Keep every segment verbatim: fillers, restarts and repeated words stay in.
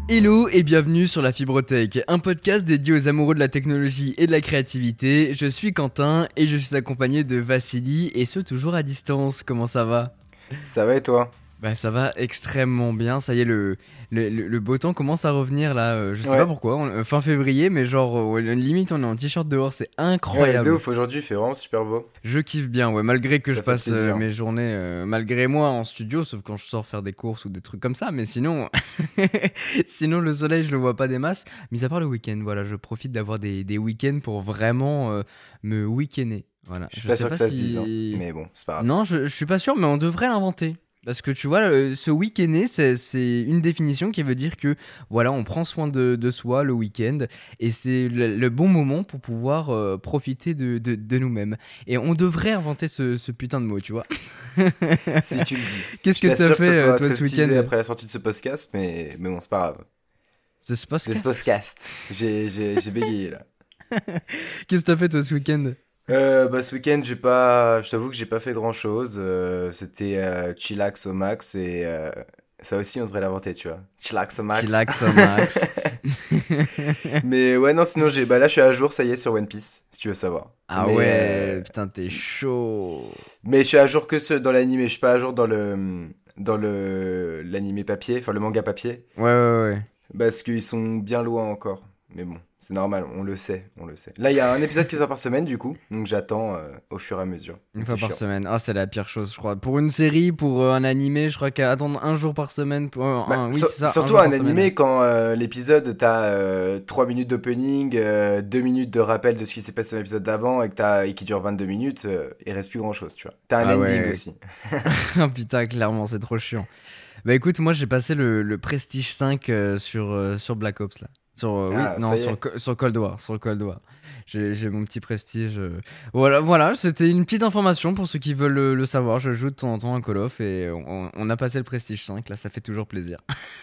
Hello et bienvenue sur la Fibrotech, un podcast dédié aux amoureux de la technologie et de la créativité. Je suis Quentin et je suis accompagné de Vassili, et ce toujours à distance. Comment ça va ? Ça va et toi ? Bah ça va extrêmement bien, ça y est, le, le, le, le beau temps commence à revenir là, euh, je sais Ouais. pas pourquoi, on- euh, fin février, mais genre euh, limite on est en t-shirt dehors, c'est Ouais, incroyable. de ouf, aujourd'hui il fait vraiment super beau. Je kiffe bien, ouais, malgré que Ça je fait passe euh, plaisir. mes journées, euh, malgré moi en studio, sauf quand je sors faire des courses ou des trucs comme ça, mais sinon, sinon le soleil je le vois pas des masses, mis à part le week-end, voilà, je profite d'avoir des, des week-ends pour vraiment euh, me week-ender, voilà. Je suis Je pas sais sûr pas que ça se dise, hein. si... Mais bon, c'est pas grave. Non, je, je suis pas sûr, mais on devrait l'inventer. Parce que tu vois, le- ce week-ender, c'est, c'est une définition qui veut dire que voilà, on prend soin de, de soi le week-end et c'est le, le bon moment pour pouvoir euh, profiter de, de, de nous-mêmes. Et on devrait inventer ce, ce putain de mot, tu vois. Si tu le dis. Je Qu'est-ce suis que pas t'as sûr que ça fait euh, soit toi très ce utilisé week-end? après la sortie de ce podcast, mais, mais bon, c'est pas grave. Ce De ce podcast. podcast. J'ai, j'ai, j'ai bégayé là. Qu'est-ce que t'as fait toi ce week-end? Euh, bah, ce week-end, j'ai pas. Je t'avoue que j'ai pas fait grand chose. C'était euh, chillax au max et euh, ça aussi on devrait l'inventer, tu vois. Chillax au max. Chillax au max. Mais ouais, non, sinon j'ai. Bah là, je suis à jour, ça y est, sur One Piece, si tu veux savoir. Ah Mais, ouais, euh, putain, t'es chaud. Mais je suis à jour que ce- dans l'animé, je suis pas à jour dans le dans le l'animé papier, enfin le manga papier, Ouais, ouais, ouais. parce qu'ils sont bien loin encore. Mais bon, c'est normal, on le sait, on le sait. Là, il y a un épisode qui sort par semaine du coup, donc j'attends euh, au fur et à mesure. Une Donc fois c'est par chiant. semaine. Ah, c'est la pire chose, je crois. Pour une série, pour euh, un animé, je crois qu'attendre un jour par semaine. Pour, euh, Bah, un- oui, sur- c'est ça, un surtout jour un par semaine. animé quand euh, l'épisode t'as euh, trois minutes d'opening, euh, deux minutes de rappel de ce qui s'est passé dans l'épisode d'avant et que t'as et qui dure vingt-deux minutes, euh, il reste plus grand chose, tu vois. T'as un Ah ending ouais. aussi. Ah putain, clairement, c'est trop chiant. Bah écoute, moi j'ai passé le, le Prestige cinq euh, sur, euh, sur Black Ops là. Sur, euh, oui, Ah, non, ça y sur, est. Co- sur Cold War. Sur Cold War. J'ai, j'ai mon petit Prestige. euh. Voilà, voilà, c'était une petite information pour ceux qui veulent le, le savoir. Je joue de temps en temps à Call of et on, on a passé le Prestige cinq, là, ça fait toujours plaisir.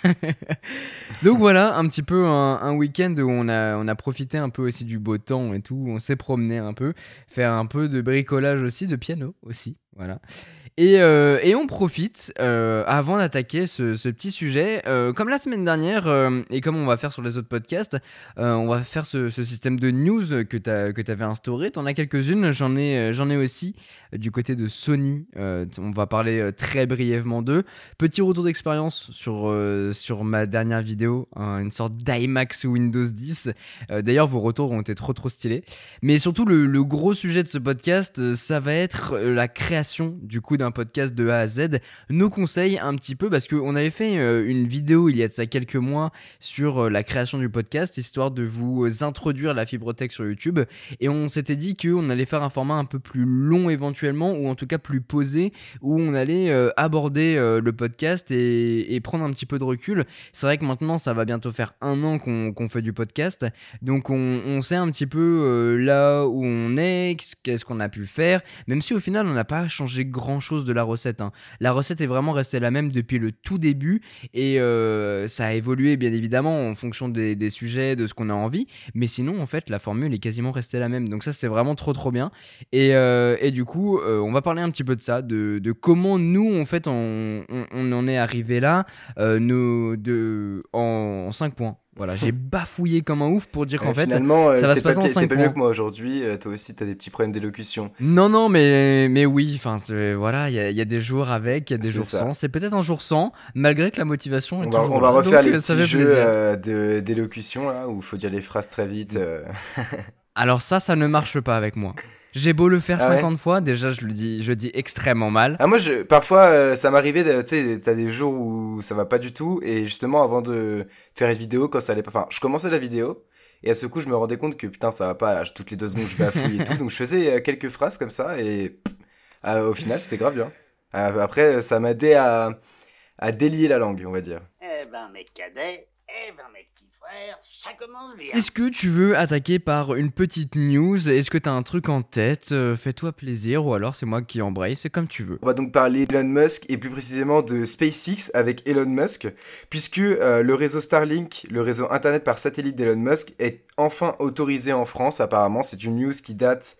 Donc voilà, un petit peu un, un week-end où on a, on a profité un peu aussi du beau temps et tout. On s'est promené un peu, faire un peu de bricolage aussi, de piano aussi. Voilà. Et, euh, et on profite, euh, avant d'attaquer ce, ce petit sujet, euh, comme la semaine dernière, euh, et comme on va faire sur les autres podcasts, euh, on va faire ce, ce système de news que tu avais instauré. Tu en as quelques-unes, j'en ai, euh, j'en ai aussi euh, du côté de Sony. Euh, on va parler euh, très brièvement d'eux. Petit retour d'expérience sur, euh, sur ma dernière vidéo, hein, une sorte d'iMac sous Windows dix. Euh, D'ailleurs, vos retours ont été trop trop stylés. Mais surtout, le, le gros sujet de ce podcast, euh, ça va être euh, la création du coup d'un podcast de A à Z. Nos conseils un petit peu, parce qu'on avait fait euh, une vidéo il y a de ça quelques mois sur euh, la création du podcast, histoire de vous introduire la fibrotech sur YouTube. Et on s'était dit qu'on allait faire un format un peu plus long éventuellement, ou en tout cas plus posé, où on allait euh, aborder euh, le podcast et, et prendre un petit peu de recul. C'est vrai que maintenant, ça va bientôt faire un an qu'on qu'on fait du podcast. Donc on, on sait un petit peu euh, là où on est, qu'est-ce qu'on a pu faire, même si au final on n'a pas changé grand chose de la recette, hein. La recette est vraiment restée la même depuis le tout début et euh, ça a évolué bien évidemment en fonction des, des sujets, de ce qu'on a envie, mais sinon en fait la formule est quasiment restée la même, donc ça c'est vraiment trop trop bien. Et, euh, et du coup euh, on va parler un petit peu de ça, de, de comment nous en fait on, on, on en est arrivé là, euh, nos, de, en, en cinq points. Voilà, j'ai bafouillé comme un ouf pour dire Ouais, qu'en fait, finalement, euh, ça va t'es se pas, passer en pi- t'es cinq pas mieux points. que moi aujourd'hui. euh, toi aussi, t'as des petits problèmes d'élocution. Non, non, mais, mais oui, enfin, euh, voilà, il y, a- il y a des jours avec, il y a des C'est jours ça. sans. C'est peut-être un jour sans, malgré que la motivation est On va, on toujours va là. refaire Donc, les euh, ça petits fait jeux plaisir. euh, de, d'élocution là, où il faut dire les phrases très vite. euh. Alors ça, ça ne marche pas avec moi. J'ai beau le faire Ah ouais? cinquante fois, déjà, je le dis, je le dis extrêmement mal. Ah moi, je, parfois, euh, ça m'arrivait, de- tu sais, t'as des jours où ça va pas du tout, et justement, avant de faire une vidéo, quand ça allait pas, enfin, je commençais la vidéo, et à ce coup, je me rendais compte que putain, ça va pas, là, toutes les deux secondes, je bafouille et tout, donc je faisais euh, quelques phrases comme ça, et pff, ah, au final, c'était grave bien. Euh, après, ça m'a aidé à, à délier la langue, on va dire. Eh ben, mes cadets, eh ben, mes petits frères, ça commence bien. Est-ce que tu veux attaquer par une petite news? Est-ce que t'as un truc en tête? Euh, Fais-toi plaisir, ou alors c'est moi qui embraye, c'est comme tu veux. On va donc parler d'Elon Musk et plus précisément de SpaceX avec Elon Musk, puisque euh, le réseau Starlink, le réseau internet par satellite d'Elon Musk, est enfin autorisé en France apparemment. C'est une news qui date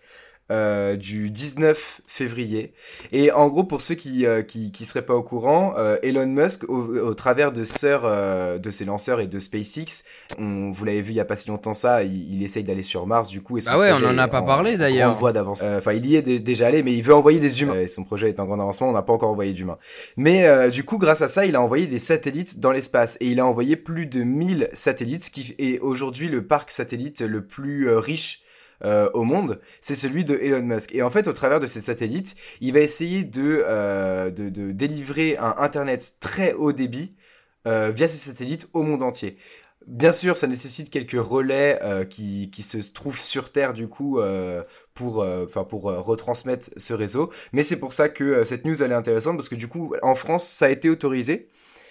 euh, du dix-neuf février. Et en gros, pour ceux qui euh, qui, qui seraient pas au courant, euh, Elon Musk, au, au travers de, sœurs, euh, de ses lanceurs et de SpaceX, on, vous l'avez vu il y a pas si longtemps ça, il, il essaye d'aller sur Mars du coup. Et son Ah ouais, on projet en a est pas parlé d'ailleurs. grande voie d'avance. Euh, Enfin, il y est dé- déjà allé, mais il veut envoyer des humains. Euh, et son projet est en grand avancement, on n'a pas encore envoyé d'humains. Mais euh, du coup, grâce à ça, il a envoyé des satellites dans l'espace. Et il a envoyé plus de mille satellites, ce qui est aujourd'hui le parc satellite le plus euh, riche euh, au monde, c'est celui de Elon Musk. Et en fait, au travers de ces satellites, il va essayer de, euh, de, de délivrer un Internet très haut débit euh, via ces satellites au monde entier. Bien sûr, ça nécessite quelques relais euh, qui, qui se trouvent sur Terre du coup euh, pour, euh, enfin pour euh, retransmettre ce réseau. Mais c'est pour ça que euh, cette news elle est intéressante parce que du coup en France ça a été autorisé.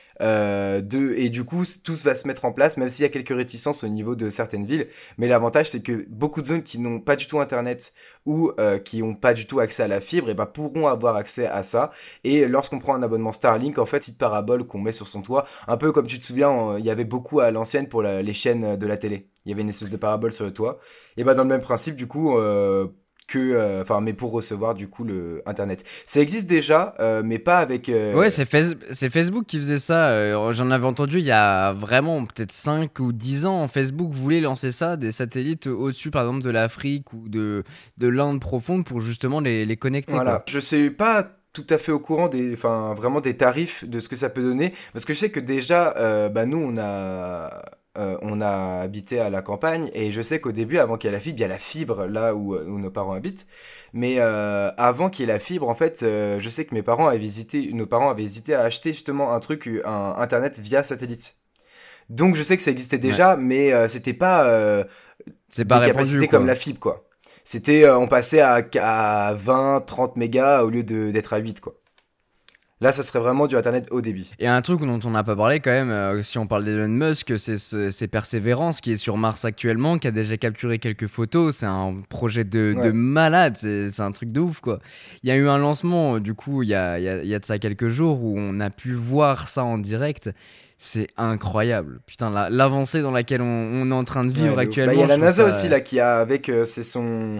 Euh, de, et du coup, tout va se mettre en place, même s'il y a quelques réticences au niveau de certaines villes. Mais l'avantage, c'est que beaucoup de zones qui n'ont pas du tout Internet ou euh, qui n'ont pas du tout accès à la fibre, et bah, pourront avoir accès à ça. Et lorsqu'on prend un abonnement Starlink, en fait, petite parabole qu'on met sur son toit, un peu comme tu te souviens, il y avait beaucoup à l'ancienne pour la, les chaînes de la télé. Il y avait une espèce de parabole sur le toit. Et bah, dans le même principe, du coup, euh, que enfin euh, mais pour recevoir du coup le internet ça existe déjà euh, mais pas avec euh... ouais c'est, Face- c'est Facebook qui faisait ça euh, j'en avais entendu il y a vraiment peut-être cinq ou dix ans. Facebook voulait lancer ça, des satellites au-dessus par exemple de l'Afrique ou de, de l'Inde profonde pour justement les, les connecter voilà quoi. Je sais pas tout à fait au courant des, enfin vraiment des tarifs de ce que ça peut donner parce que je sais que déjà euh, bah nous on a Euh, on a habité à la campagne et je sais qu'au début, avant qu'il y ait la fibre, il y a la fibre là où, où nos parents habitent. Mais euh, avant qu'il y ait la fibre, en fait, euh, je sais que mes parents avaient hésité, nos parents avaient hésité à acheter justement un truc, un internet via satellite. Donc je sais que ça existait déjà, ouais. mais euh, c'était pas euh, c'est pas des répandu, capacités quoi. Comme la fibre, quoi. C'était, euh, on passait à, à vingt, trente mégas au lieu de, d'être à huit, quoi. Là, ça serait vraiment du Internet haut débit. Et un truc dont on n'a pas parlé quand même, euh, si on parle d'Elon Musk, c'est, ce, c'est Persévérance qui est sur Mars actuellement, qui a déjà capturé quelques photos. C'est un projet de, ouais. de malade, c'est, c'est un truc de ouf quoi. Il y a eu un lancement, du coup, il y a, y, a, y a de ça quelques jours où on a pu voir ça en direct. C'est incroyable. Putain, la, l'avancée dans laquelle on, on est en train de vivre ouais, actuellement. Il bah, y a la NASA ça... aussi là qui a avec euh, c'est son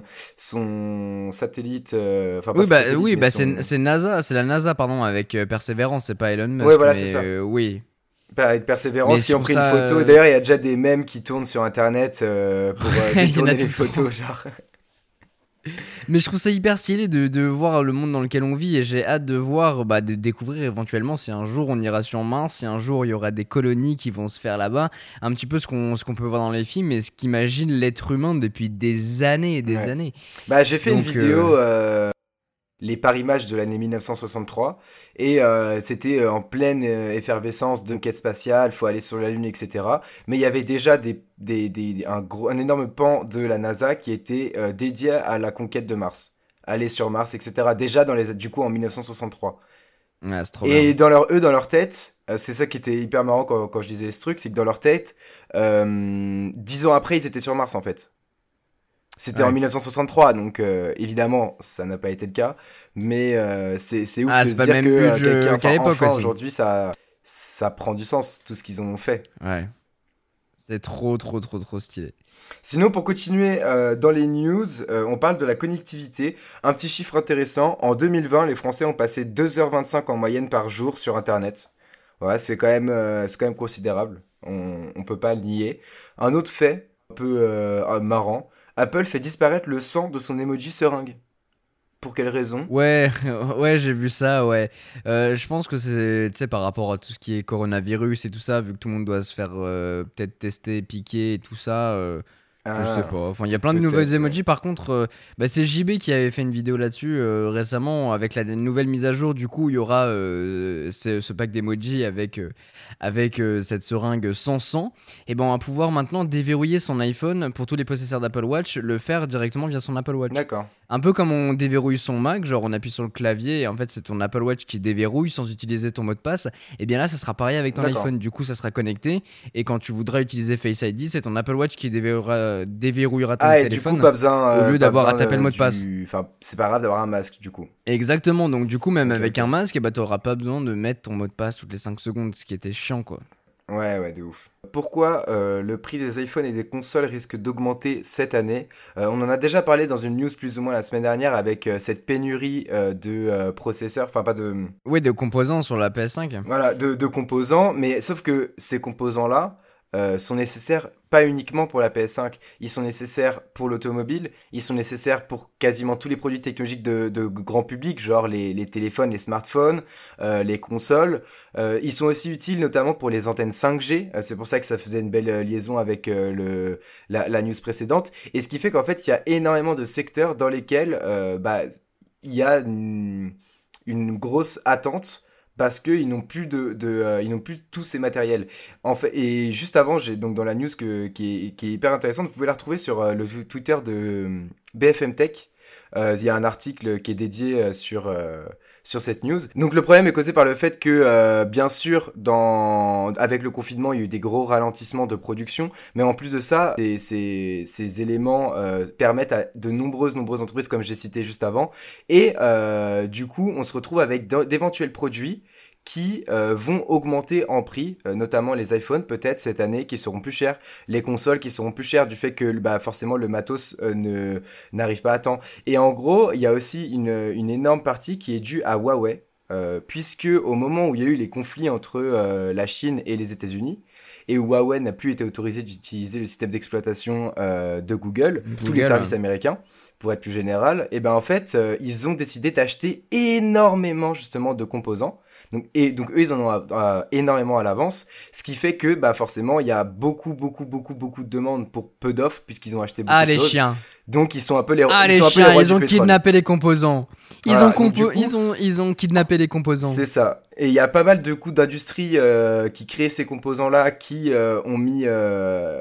son satellite. Euh, oui, bah, satellite, oui, bah son... c'est, c'est NASA, c'est la NASA pardon avec euh, Persévérance, c'est pas Elon Musk. Ouais, voilà, mais, c'est ça. Euh, oui. Avec Persévérance mais qui ont pris ça, une photo. Euh... D'ailleurs, il y a déjà des mèmes qui tournent sur Internet euh, pour euh, détourner les photos, genre. Mais je trouve ça hyper stylé de, de voir le monde dans lequel on vit et j'ai hâte de voir, bah, de découvrir éventuellement si un jour on ira sur Mars, si un jour il y aura des colonies qui vont se faire là-bas, un petit peu ce qu'on, ce qu'on peut voir dans les films et ce qu'imagine l'être humain depuis des années et des ouais. années. Bah j'ai fait Donc, une vidéo... Euh... Euh... les Paris-Match de l'année dix-neuf cent soixante-trois et euh, c'était en pleine euh, effervescence de quête spatiale, faut aller sur la Lune, et cetera. Mais il y avait déjà des, des, des, un, gros, un énorme pan de la NASA qui était euh, dédié à la conquête de Mars, aller sur Mars, et cetera. Déjà dans les, du coup en dix-neuf cent soixante-trois. Ouais, c'est trop et bien. dans leur, eux, dans leur tête, euh, c'est ça qui était hyper marrant quand, quand je disais ce truc, c'est que dans leur tête, euh, dix ans après, ils étaient sur Mars en fait. C'était ouais. en dix-neuf cent soixante-trois, donc euh, évidemment, ça n'a pas été le cas. Mais euh, c'est, c'est ouf ah, de c'est se dire que euh, quelqu'un, enfin, enfin aussi. aujourd'hui, ça, ça prend du sens, tout ce qu'ils ont fait. Ouais. C'est trop, trop, trop, trop stylé. Sinon, pour continuer euh, dans les news, euh, on parle de la connectivité. Un petit chiffre intéressant, en deux mille vingt, les Français ont passé deux heures vingt-cinq en moyenne par jour sur Internet. Ouais, c'est quand même, euh, c'est quand même considérable, on ne peut pas le nier. Un autre fait, un peu euh, marrant, Apple fait disparaître le sang de son emoji seringue. Pour quelle raison ? Ouais, ouais, j'ai vu ça, ouais. Euh, je pense que c'est, tu sais, par rapport à tout ce qui est coronavirus et tout ça, vu que tout le monde doit se faire euh, peut-être tester, piquer et tout ça, euh, ah, je sais pas. Enfin, il y a plein de nouvelles emojis. Ouais. Par contre, euh, bah, c'est J B qui avait fait une vidéo là-dessus euh, récemment avec la nouvelle mise à jour. Du coup, il y aura euh, ce, ce pack d'emojis avec, euh, avec euh, cette seringue sans sang. Et ben, on va pouvoir maintenant déverrouiller son iPhone pour tous les possesseurs d'Apple Watch, le faire directement via son Apple Watch. D'accord. Un peu comme on déverrouille son Mac, genre on appuie sur le clavier et en fait c'est ton Apple Watch qui déverrouille sans utiliser ton mot de passe. Et bien là ça sera pareil avec ton D'accord. iPhone, du coup ça sera connecté et quand tu voudras utiliser Face I D, c'est ton Apple Watch qui déverrouillera, déverrouillera ton ah, téléphone. Et du coup pas besoin, euh, au lieu d'avoir à taper le mot de passe. Du... Enfin c'est pas grave d'avoir un masque du coup. Exactement, donc du coup même okay, avec okay. un masque, bah t'auras pas besoin de mettre ton mot de passe toutes les cinq secondes, ce qui était chiant quoi. Ouais, ouais, de ouf. Pourquoi euh, le prix des iPhones et des consoles risque d'augmenter cette année? Euh, on en a déjà parlé dans une news plus ou moins la semaine dernière avec euh, cette pénurie euh, de euh, processeurs, enfin pas de, Oui, de composants sur la P S cinq. voilà, de, de composants, mais sauf que ces composants-là euh, sont nécessaires pas uniquement pour la P S cinq, ils sont nécessaires pour l'automobile, ils sont nécessaires pour quasiment tous les produits technologiques de, de grand public, genre les, les téléphones, les smartphones, euh, les consoles. Euh, ils sont aussi utiles notamment pour les antennes cinq G, euh, c'est pour ça que ça faisait une belle euh, liaison avec euh, le, la, la news précédente, et ce qui fait qu'en fait il y a énormément de secteurs dans lesquels euh, bah, il y a une, une grosse attente parce qu'ils n'ont plus de, de euh, ils n'ont plus tous ces matériels. En fait, et juste avant, j'ai donc dans la news que, qui, est, qui est hyper intéressante, vous pouvez la retrouver sur euh, le Twitter de euh, B F M Tech. Euh, Il y a un article qui est dédié euh, sur, euh, sur cette news. Donc le problème est causé par le fait que, euh, bien sûr, dans... avec le confinement, il y a eu des gros ralentissements de production, mais en plus de ça, ces, ces, ces éléments euh, permettent à de nombreuses, nombreuses entreprises, comme j'ai cité juste avant, et euh, du coup, on se retrouve avec d'éventuels produits qui euh, vont augmenter en prix, euh, notamment les iPhones peut-être cette année qui seront plus chers, les consoles qui seront plus chères du fait que bah, forcément le matos euh, ne n'arrive pas à temps. Et en gros, il y a aussi une, une énorme partie qui est due à Huawei, euh, puisque au moment où il y a eu les conflits entre euh, la Chine et les États-Unis, et où Huawei n'a plus été autorisé d'utiliser le système d'exploitation euh, de Google, tous les Google. services américains, pour être plus général, et ben en fait, euh, ils ont décidé d'acheter énormément justement de composants. Donc, et donc eux, ils en ont à- à- énormément à l'avance, ce qui fait que bah forcément, il y a beaucoup, beaucoup, beaucoup, beaucoup de demandes pour peu d'offres puisqu'ils ont acheté beaucoup Ah, de les choses. chiens. Donc ils sont un peu les, Ah, ils les sont un peu les chiens, rois ils du ont pétrole. kidnappé les composants. Ils, Voilà, ont, donc du compo- coup, ils, ont, ils ont kidnappé les composants. c'est ça. Et il y a pas mal de coups d'industrie euh, qui créent ces composants-là, qui euh, ont mis euh,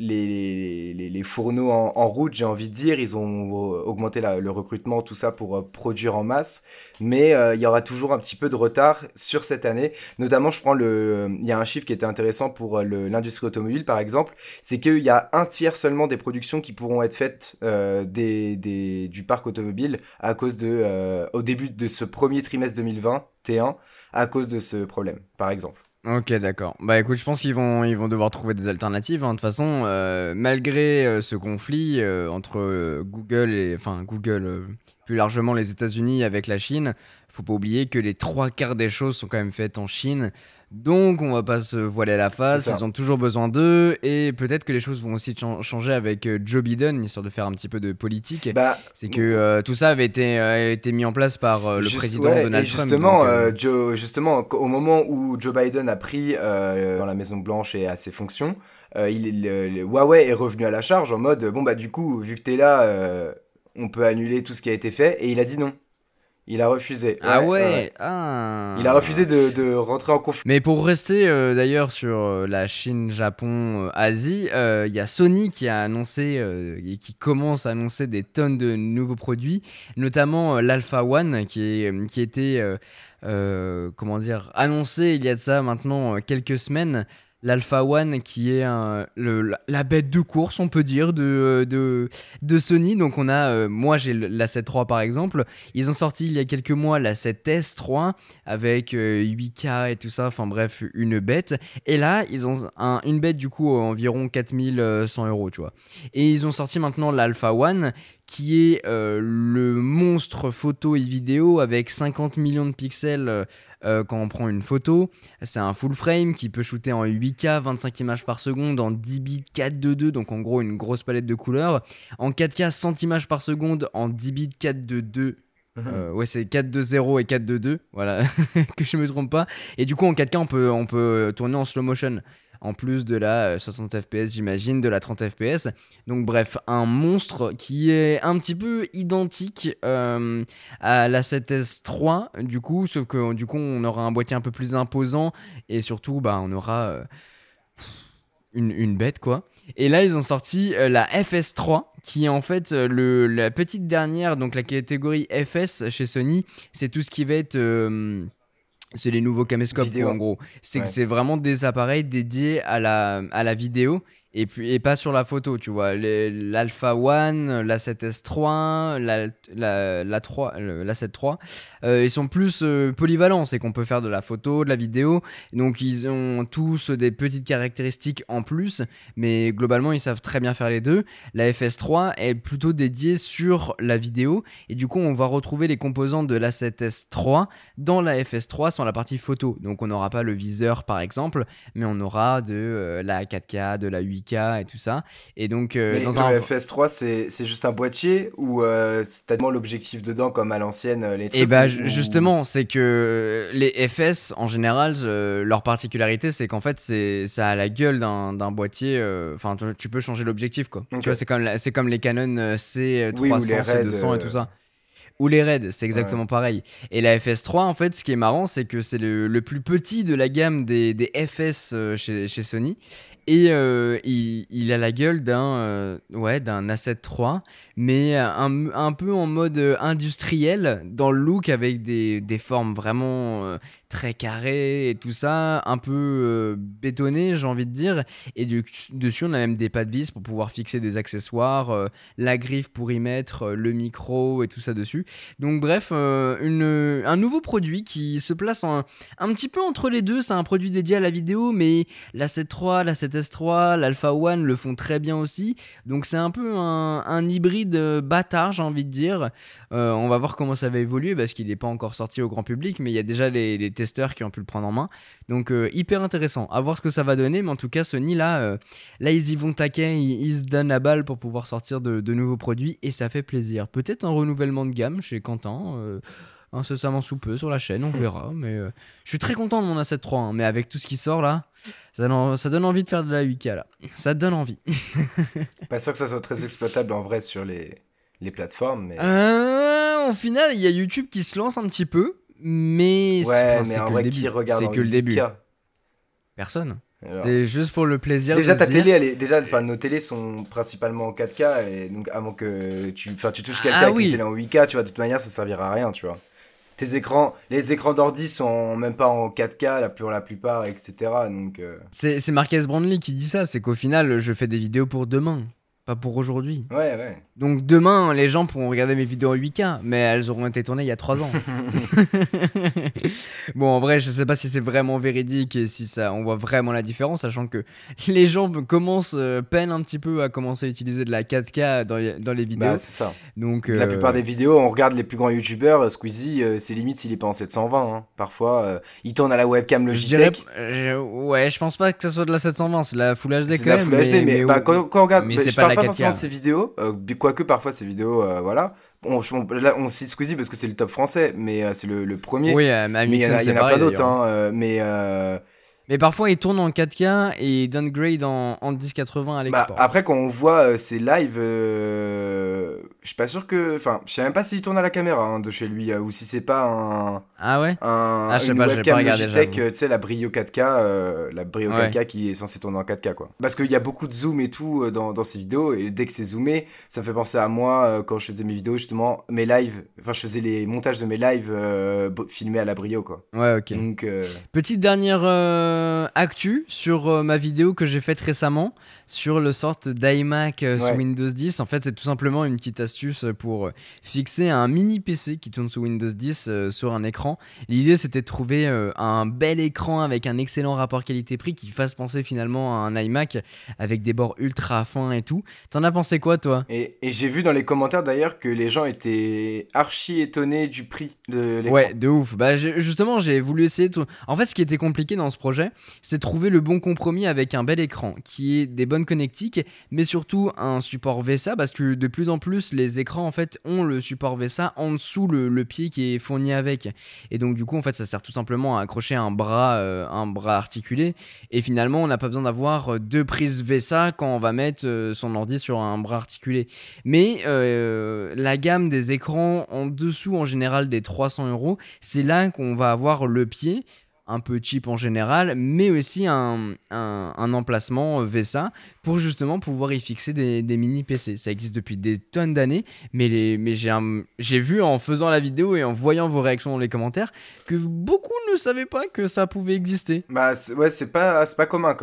les, les, les fourneaux en, en route, j'ai envie de dire. Ils ont euh, augmenté la- le recrutement, tout ça pour euh, produire en masse. Mais euh, il y aura toujours un petit peu de retard sur cette année. Notamment, je prends le... Il y a un chiffre qui était intéressant pour euh, le- l'industrie automobile, par exemple. C'est qu'il y a un tiers seulement des productions qui pourront être faites euh, des, des, du parc automobile à cause de... euh, au début de ce premier trimestre deux mille vingt T un à cause de ce problème, par exemple. Ok, d'accord. Bah écoute, je pense qu'ils vont, ils vont devoir trouver des alternatives, hein. De toute façon, euh, malgré euh, ce conflit euh, entre euh, Google et, enfin Google, euh, plus largement les États-Unis avec la Chine, faut pas oublier que les trois quarts des choses sont quand même faites en Chine. Donc on va pas se voiler la C'est face, ça. ils ont toujours besoin d'eux et peut-être que les choses vont aussi chan- changer avec euh, Joe Biden, histoire de faire un petit peu de politique. Bah, C'est que euh, tout ça avait été, euh, été mis en place par euh, le juste, président ouais, et Donald Trump. justement, donc, euh, euh, Joe, justement, qu- au moment où Joe Biden a pris euh, dans la Maison Blanche et à ses fonctions, euh, il, le, le Huawei est revenu à la charge en mode bon bah du coup vu que t'es là, euh, on peut annuler tout ce qui a été fait et il a dit non, il a refusé. Ah Ouais, ouais, ouais. ouais, ah. Il a refusé de, de rentrer en conflit. Mais pour rester euh, d'ailleurs sur euh, la Chine, Japon, euh, Asie, il y a Sony qui a annoncé euh, et qui commence à annoncer des tonnes de nouveaux produits, notamment euh, l'Alpha One qui, est, euh, qui était euh, euh, comment dire, annoncé il y a de ça maintenant euh, quelques semaines. L'Alpha One qui est un- le- la, la bête de course, on peut dire, de, euh, de, de Sony. Donc on a, euh, moi j'ai le- la sept trois par exemple. Ils ont sorti il y a quelques mois la sept S trois avec euh, huit K et tout ça, enfin bref, une bête. Et là, ils ont un- une bête du coup environ quatre mille cent euros, tu vois. Et ils ont sorti maintenant l'Alpha One qui est euh, le monstre photo et vidéo avec cinquante millions de pixels euh, euh, quand on prend une photo. C'est un full frame qui peut shooter en huit K, vingt-cinq images par seconde, en dix bits quatre deux deux, donc en gros une grosse palette de couleurs. En quatre K, cent images par seconde, en dix bits quatre deux deux. Euh, ouais, c'est quatre deux zéro et quatre deux deux, voilà, que je me trompe pas. Et du coup, en quatre K, on peut, on peut tourner en slow motion. En plus de la euh, soixante F P S, j'imagine, de la trente F P S. Donc, bref, un monstre qui est un petit peu identique euh, à la sept S trois, du coup, sauf que du coup, on aura un boîtier un peu plus imposant et surtout, bah, on aura euh, une, une bête, quoi. Et là, ils ont sorti euh, la F S trois, qui est en fait euh, le, la petite dernière, donc la catégorie F S chez Sony. C'est tout ce qui va être. euh, c'est les nouveaux caméscopes, Vidéo. quoi, en gros. C'est que Ouais. c'est vraiment des appareils dédiés à la, à la vidéo. et puis et pas sur la photo, tu vois. Les- L'Alpha One, l'A sept S trois, la, la, la, trois, le- l'A sept trois, euh, ils sont plus euh, polyvalents, c'est qu'on peut faire de la photo, de la vidéo, donc ils ont tous des petites caractéristiques en plus, mais globalement ils savent très bien faire les deux. La F S trois est plutôt dédiée sur la vidéo, et du coup on va retrouver les composants de l'A sept S trois dans la F S trois sans la partie photo, donc on n'aura pas le viseur par exemple, mais on aura de euh, la quatre K, de la huit K et tout ça. Et donc, euh, Mais dans le un. F S trois, c'est c'est juste un boîtier ou euh, c'est- t'as vraiment l'objectif dedans comme à l'ancienne, euh, les trucs Et bah, ou- ju- ou- justement, c'est que euh, les F S, en général, euh, leur particularité, c'est qu'en fait, c'est, ça a la gueule d'un, d'un boîtier. euh, Enfin, tu, tu peux changer l'objectif, quoi. Ok. Tu vois, c'est comme, la- c'est comme les Canon euh, Oui, ou les C trois cents, raids. C deux cents et tout euh, ça. Ou les raids, c'est Ouais. exactement pareil. Et la F S trois, en fait, ce qui est marrant, c'est que c'est le, le plus petit de la gamme des, des F S euh, chez, chez Sony. Et euh, il, il a la gueule d'un euh, ouais, d'un A sept trois, mais un, un peu en mode euh, industriel, dans le look, avec des, des formes vraiment euh, très carrées et tout ça, un peu euh, bétonné, j'ai envie de dire. Et du- dessus, on a même des pattes vis pour pouvoir fixer des accessoires, euh, la griffe pour y mettre, euh, le micro et tout ça dessus. Donc bref, euh, une, un nouveau produit qui se place en, un petit peu entre les deux. C'est un produit dédié à la vidéo, mais l'A sept trois, l'A sept S trois, l'Alpha One le font très bien aussi. Donc c'est un peu un, un hybride euh, bâtard, j'ai envie de dire. Euh, on va voir comment ça va évoluer parce qu'il n'est pas encore sorti au grand public, mais il y a déjà les, les testeurs qui ont pu le prendre en main. Donc euh, hyper intéressant. À voir ce que ça va donner, mais en tout cas Sony là, euh, là ils y vont taquet, ils, ils se donnent la balle pour pouvoir sortir de, de nouveaux produits et ça fait plaisir. Peut-être un renouvellement de gamme chez Quentin. Euh, incessamment sous peu sur la chaîne, on verra. Mais euh, je suis très content de mon A sept trois, hein, mais avec tout ce qui sort là, ça donne, ça donne envie de faire de la huit K là. Ça donne envie. Pas sûr que ça soit très exploitable en vrai sur les, les plateformes, mais. Euh, au final, il y a YouTube qui se lance un petit peu, mais c'est, Ouais, enfin, mais c'est en que vrai, le qui début. regarde C'est en que le huit K? début. Personne. Alors. C'est juste pour le plaisir. Déjà, de ta se dire- télé, elle est, déjà, enfin, nos télés sont principalement en quatre K, et donc avant que tu, enfin, tu touches quelqu'un Ah avec oui. une télé en huit K, tu vois, de toute manière, ça servira à rien, tu vois. Tes écrans, les écrans d'ordi sont même pas en quatre K la, pour la plupart, et cetera. Donc, euh, C'est, c'est Marques Brownlee qui dit ça. C'est qu'au final, je fais des vidéos pour demain, pas pour aujourd'hui. ouais, ouais. Donc demain, les gens pourront regarder mes vidéos en huit K, mais elles auront été tournées il y a trois ans. Bon, en vrai, je sais pas si c'est vraiment véridique et si ça, on voit vraiment la différence, sachant que les gens commencent, euh, peinent un petit peu à commencer à utiliser de la quatre K dans les, dans les vidéos. Bah, c'est ça. Donc, La euh, plupart des vidéos, on regarde les plus grands youtubeurs, euh, Squeezie, euh, c'est limite s'il est pas en sept cent vingt, hein. Parfois, euh, il tourne à la webcam je dirais, Logitech. euh, ouais, je pense pas que ça soit de la sept cent vingt, c'est la Full H D C'est quand la même. Full H D, mais, bah, quand, quand on regarde, mais bah, c'est je pas de parle la pas quatre K. forcément de ses vidéos, euh, quoique parfois ses vidéos, euh, voilà. On, on- là, on cite Squeezie parce que c'est le top français, mais euh, c'est le, le premier. Oui, euh, mais à mais il y en a, Mixem, il y en c'est a pareil, plein d'autres, d'ailleurs. hein, euh, mais euh, Mais parfois, ils tournent en quatre K et ils downgrade en, en dix quatre-vingts à bah, l'export. après quand on voit euh, ses lives, euh, je suis pas sûr que, enfin, je sais même pas s'il tourne à la caméra hein, de chez lui euh, ou si c'est pas un, Ah ouais? un Ah, je sais une pas, j'ai pas webcam regardé, Logitech, j'avoue. euh, tu sais la Brio quatre K, euh, la Brio Ouais. quatre K qui est censée tourner en quatre K quoi. Parce qu'il y a beaucoup de zoom et tout euh, dans, dans ces vidéos et dès que c'est zoomé, ça me fait penser à moi euh, quand je faisais mes vidéos justement, mes lives, enfin je faisais les montages de mes lives euh, bo- filmés à la Brio quoi. Ouais, ok. Donc euh, Petite dernière euh, actu sur euh, ma vidéo que j'ai faite récemment sur le sorte d'iMac euh, Ouais. sous Windows dix. En fait, c'est tout simplement une petite astuce pour euh, fixer un mini P C qui tourne sous Windows dix euh, sur un écran. L'idée, c'était de trouver euh, un bel écran avec un excellent rapport qualité-prix qui fasse penser finalement à un iMac avec des bords ultra fins et tout. T'en as pensé quoi, toi? et, et j'ai vu dans les commentaires d'ailleurs que les gens étaient archi étonnés du prix de l'écran. Ouais, de ouf. Bah, j'ai- justement, j'ai voulu essayer de... En fait, ce qui était compliqué dans ce projet, c'est de trouver le bon compromis avec un bel écran, qui ait des bonnes connectiques, mais surtout un support V S A, parce que de plus en plus, les écrans, en fait, ont le support V S A en dessous le, le pied qui est fourni avec. Et donc, du coup, en fait, ça sert tout simplement à accrocher un bras, euh, un bras articulé. Et finalement, on n'a pas besoin d'avoir euh, deux prises V S A quand on va mettre euh, son ordi sur un bras articulé. Mais euh, la gamme des écrans en dessous, en général, des trois cents euros, c'est là qu'on va avoir le pied, un peu cheap en général, mais aussi un, un, un emplacement V S A pour justement pouvoir y fixer des, des mini P C. Ça existe depuis des tonnes d'années, mais, les, mais j'ai, un- j'ai vu en faisant la vidéo et en voyant vos réactions dans les commentaires que beaucoup ne savaient pas que ça pouvait exister. Bah c'est- ouais, c'est pas c'est pas commun quand même.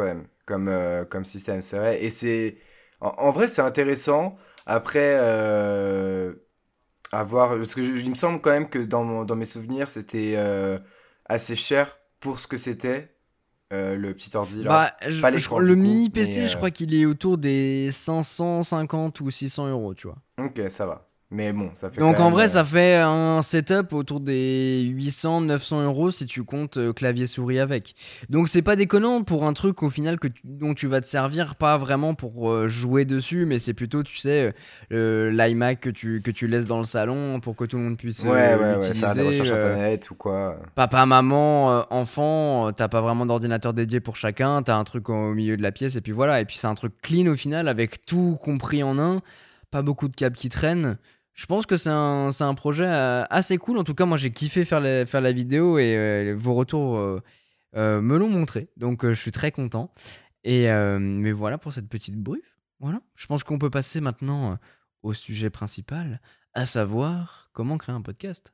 comme, euh, comme système, c'est vrai. Et c'est... En, en vrai, c'est intéressant. Après, euh, à voir... Parce que je- il me semble quand même que dans, mon- dans mes souvenirs, c'était euh, assez cher pour ce que c'était, euh, le petit ordi, là. Bah, je- Pas je- l'écran, du le coup, mini mais... P C, je euh, crois qu'il est autour des cinq cent cinquante ou six cents euros, tu vois. Ok, ça va. Mais bon, ça fait quand Donc en même... vrai, euh, ça fait un setup autour des huit cents neuf cents euros si tu comptes euh, clavier souris avec. Donc c'est pas déconnant pour un truc au final que tu- dont tu vas te servir, pas vraiment pour euh, jouer dessus, mais c'est plutôt, tu sais, euh, l'iMac que tu, que tu laisses dans le salon pour que tout le monde puisse Ouais, euh, ouais, ouais, faire des l'utiliser. recherches euh, internet ou quoi. Papa, maman, euh, enfant, euh, t'as pas vraiment d'ordinateur dédié pour chacun, t'as un truc au milieu de la pièce et puis voilà. Et puis c'est un truc clean au final avec tout compris en un, pas beaucoup de câbles qui traînent. Je pense que c'est un, c'est un projet euh, assez cool. En tout cas, moi j'ai kiffé faire la, faire la vidéo et euh, vos retours euh, euh, me l'ont montré. Donc euh, je suis très content. Et euh, mais voilà pour cette petite briefe. Voilà. Je pense qu'on peut passer maintenant euh, au sujet principal, à savoir comment créer un podcast.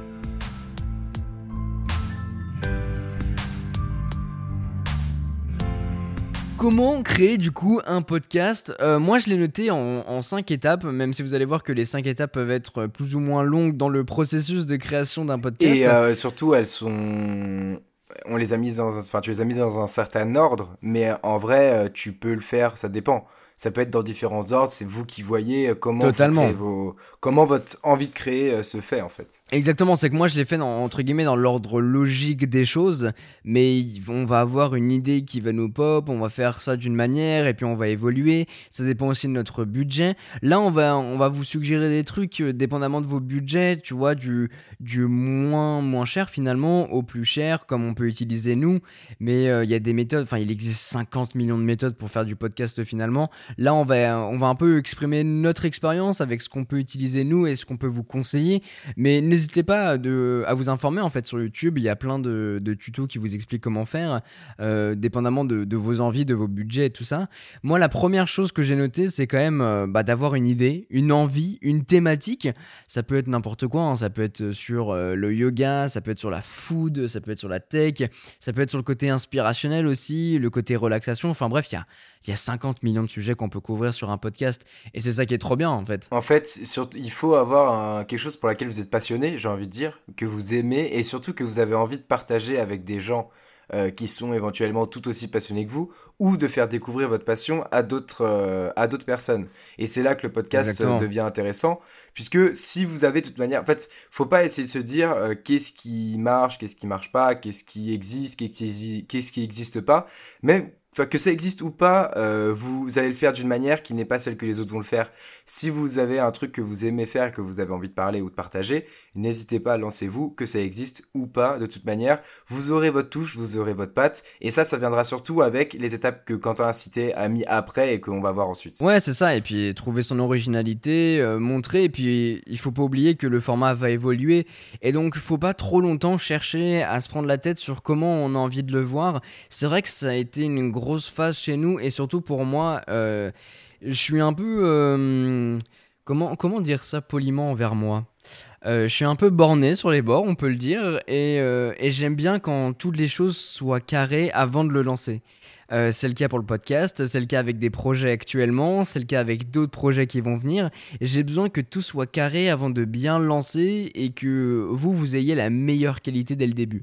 Comment créer du coup un podcast? Euh, Moi je l'ai noté en, en cinq étapes, même si vous allez voir que les cinq étapes peuvent être plus ou moins longues dans le processus de création d'un Et podcast. euh, surtout, elles sont... On les a mises dans un... Enfin, tu les as mises dans un certain ordre, mais en vrai, euh, tu peux le faire, ça dépend. Ça peut être dans différents ordres, c'est vous qui voyez euh, comment vous créez Totalement. vos... Comment votre envie de créer euh, se fait, en fait. Exactement, c'est que moi je l'ai fait dans, entre guillemets dans l'ordre logique des choses, mais il- on va avoir une idée qui va nous pop, on va faire ça d'une manière et puis on va évoluer. Ça dépend aussi de notre budget. Là, on va, on va vous suggérer des trucs euh, dépendamment de vos budgets, tu vois, du, du moins moins cher finalement au plus cher, comme on peut utiliser nous. Mais euh, il y a des méthodes, enfin il existe cinquante millions de méthodes pour faire du podcast finalement. Là, on va, on va un peu exprimer notre expérience avec ce qu'on peut utiliser nous et ce qu'on peut vous conseiller. Mais n'hésitez pas de, à vous informer en fait sur YouTube. Il y a plein de, de tutos qui vous expliquent comment faire, euh, dépendamment de, de vos envies, de vos budgets et tout ça. Moi, la première chose que j'ai notée, c'est quand même euh, bah, d'avoir une idée, une envie, une thématique. Ça peut être n'importe quoi, hein. Ça peut être sur euh, le yoga, ça peut être sur la food, ça peut être sur la tech, ça peut être sur le côté inspirationnel aussi, le côté relaxation. Enfin bref, il y a, il y a cinquante millions de sujets qu'on peut couvrir sur un podcast. Et c'est ça qui est trop bien en fait. En fait, surtout, il faut avoir un- quelque chose pour laquelle vous êtes passionné, j'ai envie de dire, que vous aimez, et surtout que vous avez envie de partager avec des gens euh, qui sont éventuellement tout aussi passionnés que vous, ou de faire découvrir votre passion à d'autres euh, à d'autres personnes. Et c'est là que le podcast euh, Exactement. devient intéressant, puisque si vous avez de toute manière, en fait, faut pas essayer de se dire euh, qu'est-ce qui marche, qu'est-ce qui marche pas, qu'est-ce qui existe, qu'est-ce qui qu'est-ce qui existe pas, même enfin, que ça existe ou pas, euh, vous allez le faire d'une manière qui n'est pas celle que les autres vont le faire. Si vous avez un truc que vous aimez faire, que vous avez envie de parler ou de partager, n'hésitez pas, lancez-vous, que ça existe ou pas, de toute manière. Vous aurez votre touche, vous aurez votre patte, et ça, ça viendra surtout avec les étapes que Quentin a citées, a mis après et qu'on va voir ensuite. Ouais, c'est ça. Et puis trouver son originalité, euh, montrer. Et puis il faut pas oublier que le format va évoluer. Et donc il faut pas trop longtemps chercher à se prendre la tête sur comment on a envie de le voir. C'est vrai que ça a été une grosse phase chez nous. Et surtout pour moi, euh, je suis un peu... euh, comment, comment dire ça poliment envers moi? Euh, je suis un peu borné sur les bords, on peut le dire, et, euh, et j'aime bien quand toutes les choses soient carrées avant de le lancer. Euh, c'est le cas pour le podcast, c'est le cas avec des projets actuellement, c'est le cas avec d'autres projets qui vont venir. Et j'ai besoin que tout soit carré avant de bien le lancer et que vous, vous ayez la meilleure qualité dès le début.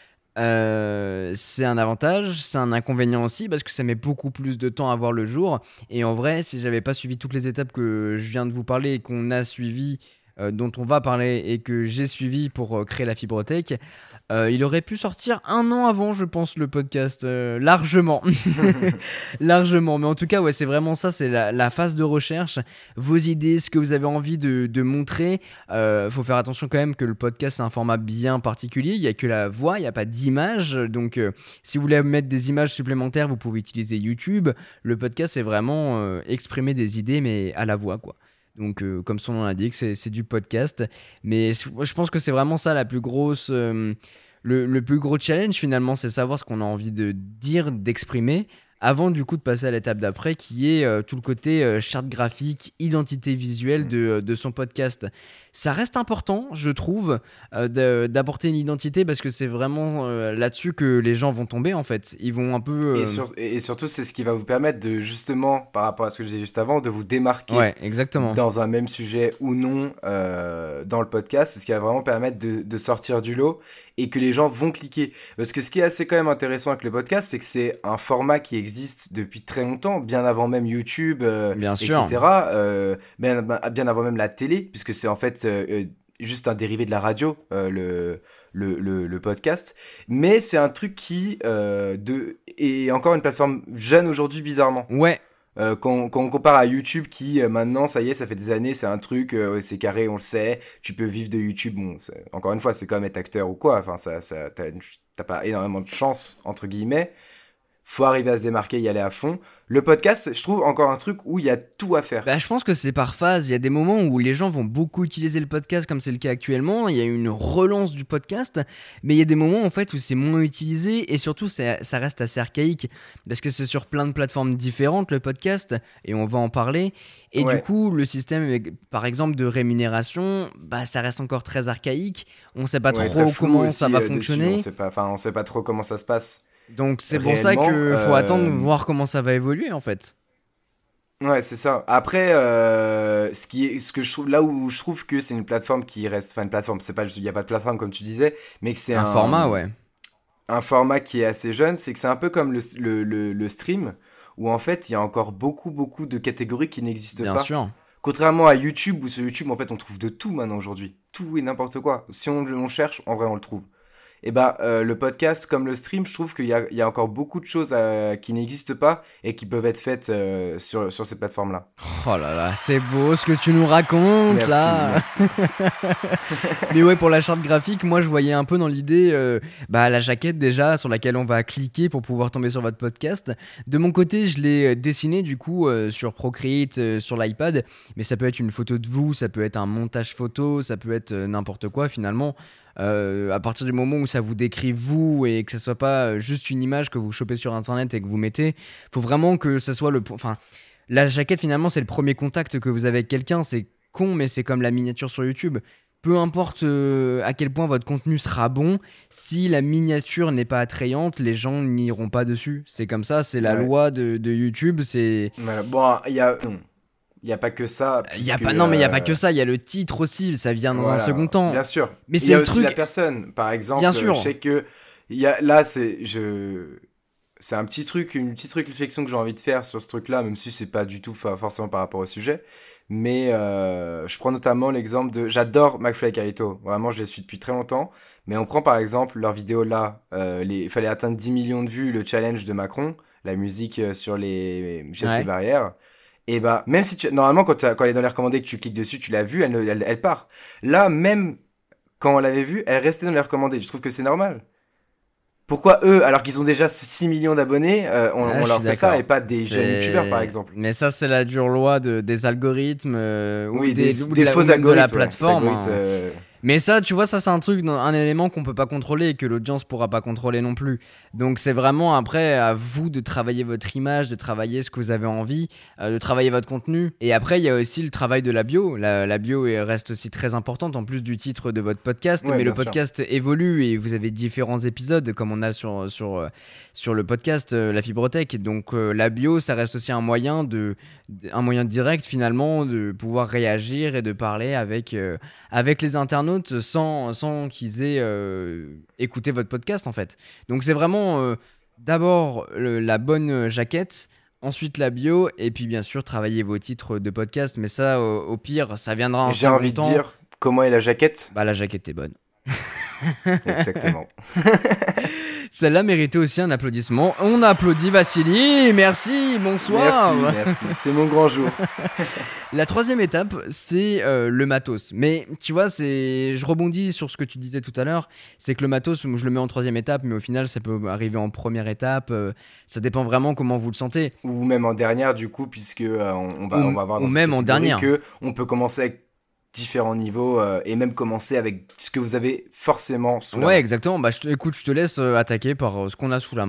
Euh, c'est un avantage, c'est un inconvénient aussi parce que ça met beaucoup plus de temps à voir le jour. Et en vrai, si j'avais pas suivi toutes les étapes que je viens de vous parler et qu'on a suivi, euh, dont on va parler et que j'ai suivi pour euh, créer la fibrotech, euh, il aurait pu sortir un an avant, je pense, le podcast, euh, largement. Largement. Mais en tout cas, ouais, c'est vraiment ça, c'est la, la phase de recherche, vos idées, ce que vous avez envie de, de montrer. Euh, faut faire attention quand même que le podcast, c'est un format bien particulier. Il n'y a que la voix, il n'y a pas d'image. Donc, euh, si vous voulez mettre des images supplémentaires, vous pouvez utiliser YouTube. Le podcast, c'est vraiment euh, exprimer des idées, mais à la voix, quoi. Donc, euh, comme son nom l'indique, c'est, c'est du podcast. Mais je pense que c'est vraiment ça la plus grosse, euh, le, le plus gros challenge finalement, c'est savoir ce qu'on a envie de dire, d'exprimer. avant du coup de passer à l'étape d'après qui est euh, tout le côté euh, charte graphique, identité visuelle de, de son podcast. Ça reste important, je trouve, euh, de- d'apporter une identité parce que c'est vraiment euh, là-dessus que les gens vont tomber en fait. Ils vont un peu... Et, euh, sur- et et surtout, c'est ce qui va vous permettre de, justement, par rapport à ce que je disais juste avant, de vous démarquer Ouais, exactement. dans un même sujet ou non euh, dans le podcast. C'est ce qui va vraiment permettre de, de sortir du lot et que les gens vont cliquer. Parce que ce qui est assez quand même intéressant avec le podcast, c'est que c'est un format qui existe depuis très longtemps, bien avant même YouTube, euh, Bien sûr. et cetera. Euh, bien, bien avant même la télé, puisque c'est en fait euh, euh, juste un dérivé de la radio, euh, le, le, le, le podcast. Mais c'est un truc qui euh, de, est encore une plateforme jeune aujourd'hui, bizarrement. Ouais, Euh, quand, quand on compare à YouTube qui euh, maintenant ça y est ça fait des années c'est un truc euh, ouais, c'est carré on le sait tu peux vivre de YouTube bon c'est- encore une fois c'est comme être acteur ou quoi enfin ça, ça t'as, une- t'as pas énormément de chance entre guillemets faut arriver à se démarquer y aller à fond le podcast je trouve encore un truc où il y a tout à faire bah, je pense que c'est par phase. Il y a des moments où les gens vont beaucoup utiliser le podcast, comme c'est le cas actuellement. Il y a une relance du podcast, mais il y a des moments en fait où c'est moins utilisé et surtout c'est- ça reste assez archaïque parce que c'est sur plein de plateformes différentes le podcast et on va en parler. Et Ouais. du coup, le système, avec- par exemple, de rémunération, bah, ça reste encore très archaïque. On sait pas Ouais, trop très flou comment aussi, ça va euh, dessus, fonctionner. on sait pas enfin on sait pas trop comment ça se passe Donc c'est pour ça réellement, qu'il faut euh, attendre voir comment ça va évoluer en fait. Ouais, c'est ça. Après, euh, ce qui est, ce que je trouve, là où je trouve que c'est une plateforme qui reste, enfin une plateforme, c'est pas, il y a pas de plateforme comme tu disais, mais que c'est Un un, format, ouais. un format qui est assez jeune, c'est que c'est un peu comme le, le, le, le stream, où en fait il y a encore beaucoup, beaucoup de catégories qui n'existent Bien pas. sûr. Contrairement à YouTube, où sur YouTube, en fait, on trouve de tout maintenant aujourd'hui. Tout et n'importe quoi. Si on, le- on cherche, en vrai, on le trouve. Et bah, euh, le podcast comme le stream, je trouve qu'il y a, il y a encore beaucoup de choses euh, qui n'existent pas et qui peuvent être faites euh, sur, sur ces plateformes-là. Oh là là, c'est beau ce que tu nous racontes Merci, là. merci, merci. Mais ouais, pour la charte graphique, moi je voyais un peu dans l'idée euh, bah, la jaquette déjà sur laquelle on va cliquer pour pouvoir tomber sur votre podcast. De mon côté, je l'ai euh, dessiné du coup euh, sur Procreate, euh, sur l'iPad. Mais ça peut être une photo de vous, ça peut être un montage photo, ça peut être euh, n'importe quoi finalement. Euh, à partir du moment où ça vous décrit vous et que ça soit pas euh, juste une image que vous chopez sur internet et que vous mettez, faut vraiment que ça soit le. Enfin, la jaquette finalement c'est le premier contact que vous avez avec quelqu'un. C'est con, mais c'est comme la miniature sur YouTube. Peu importe euh, à quel point votre contenu sera bon, si la miniature n'est pas attrayante, les gens n'iront pas dessus. C'est comme ça, c'est la Ouais. loi de, de YouTube. C'est Voilà. Bon, il y a, non, il y a pas que ça. il y a puisque, pas non mais il y a pas euh, que ça. Il y a le titre aussi. Ça vient dans voilà. un second temps. Bien sûr. Mais il c'est y a le aussi truc- la personne. Par exemple, Bien sûr. je sais que il y a, là, c'est je, c'est un petit truc, une petite truc réflexion que j'ai envie de faire sur ce truc-là, même si c'est pas du tout fa- forcément par rapport au sujet. Mais euh, je prends notamment l'exemple de, j'adore McFly et Carlito. Vraiment, je les suis depuis très longtemps. Mais on prend par exemple leur vidéo là, euh, les, il fallait atteindre dix millions de vues, le challenge de Macron, la musique euh, sur les gestes Ouais. barrières. Et bah, même si tu, normalement, quand, tu as- quand elle est dans les recommandés que tu cliques dessus, tu l'as vue, elle, ne- elle, elle part. Là, même quand on l'avait vue, elle restait dans les recommandés. Je trouve que c'est normal. Pourquoi eux, alors qu'ils ont déjà six millions d'abonnés, euh, on, Ah, on je leur suis fait ça d'accord. et pas des jeunes C'est- youtubeurs par exemple? Mais ça, c'est la dure loi de, des algorithmes euh, ou Oui, des, des, ou des de la, faux ou même de la algorithmes. ouais, plateforme. d'algorithmes, hein. euh, Mais ça, tu vois, ça c'est un truc, un élément qu'on peut pas contrôler et que l'audience pourra pas contrôler non plus. Donc c'est vraiment après à vous de travailler votre image, de travailler ce que vous avez envie, euh, de travailler votre contenu. Et après, il y a aussi le travail de la bio. La, la bio est- reste aussi très importante en plus du titre de votre podcast. Ouais, mais le bien sûr. podcast évolue et vous avez différents épisodes comme on a sur, sur, euh, sur le podcast euh, La Fibrothèque. Donc euh, la bio, ça reste aussi un moyen de, un moyen direct finalement de pouvoir réagir et de parler avec, euh, avec les internautes sans, sans qu'ils aient euh, écouté votre podcast en fait. Donc c'est vraiment euh, d'abord le- la bonne jaquette, ensuite la bio et puis bien sûr travailler vos titres de podcast. Mais ça au, au pire ça viendra en J'ai second envie de temps. dire, comment est la jaquette? Bah la jaquette est bonne. Exactement. Celle-là méritait aussi un applaudissement. On applaudit Vassili, merci, bonsoir. Merci, merci. C'est mon grand jour. La troisième étape, c'est euh, le matos. Mais tu vois, c'est, je rebondis sur ce que tu disais tout à l'heure, c'est que le matos, je le mets en troisième étape, mais au final, ça peut arriver en première étape. euh, ça dépend vraiment comment vous le sentez. Ou même en dernière, du coup, puisque euh, on, on va, Ou- on va voir ou dans cette même en catégorie dernière. que on peut commencer avec différents niveaux euh, et même commencer avec ce que vous avez forcément sous la Ouais, main. exactement. Bah, je te, écoute, je te laisse euh, attaquer par euh, ce qu'on a sous la main.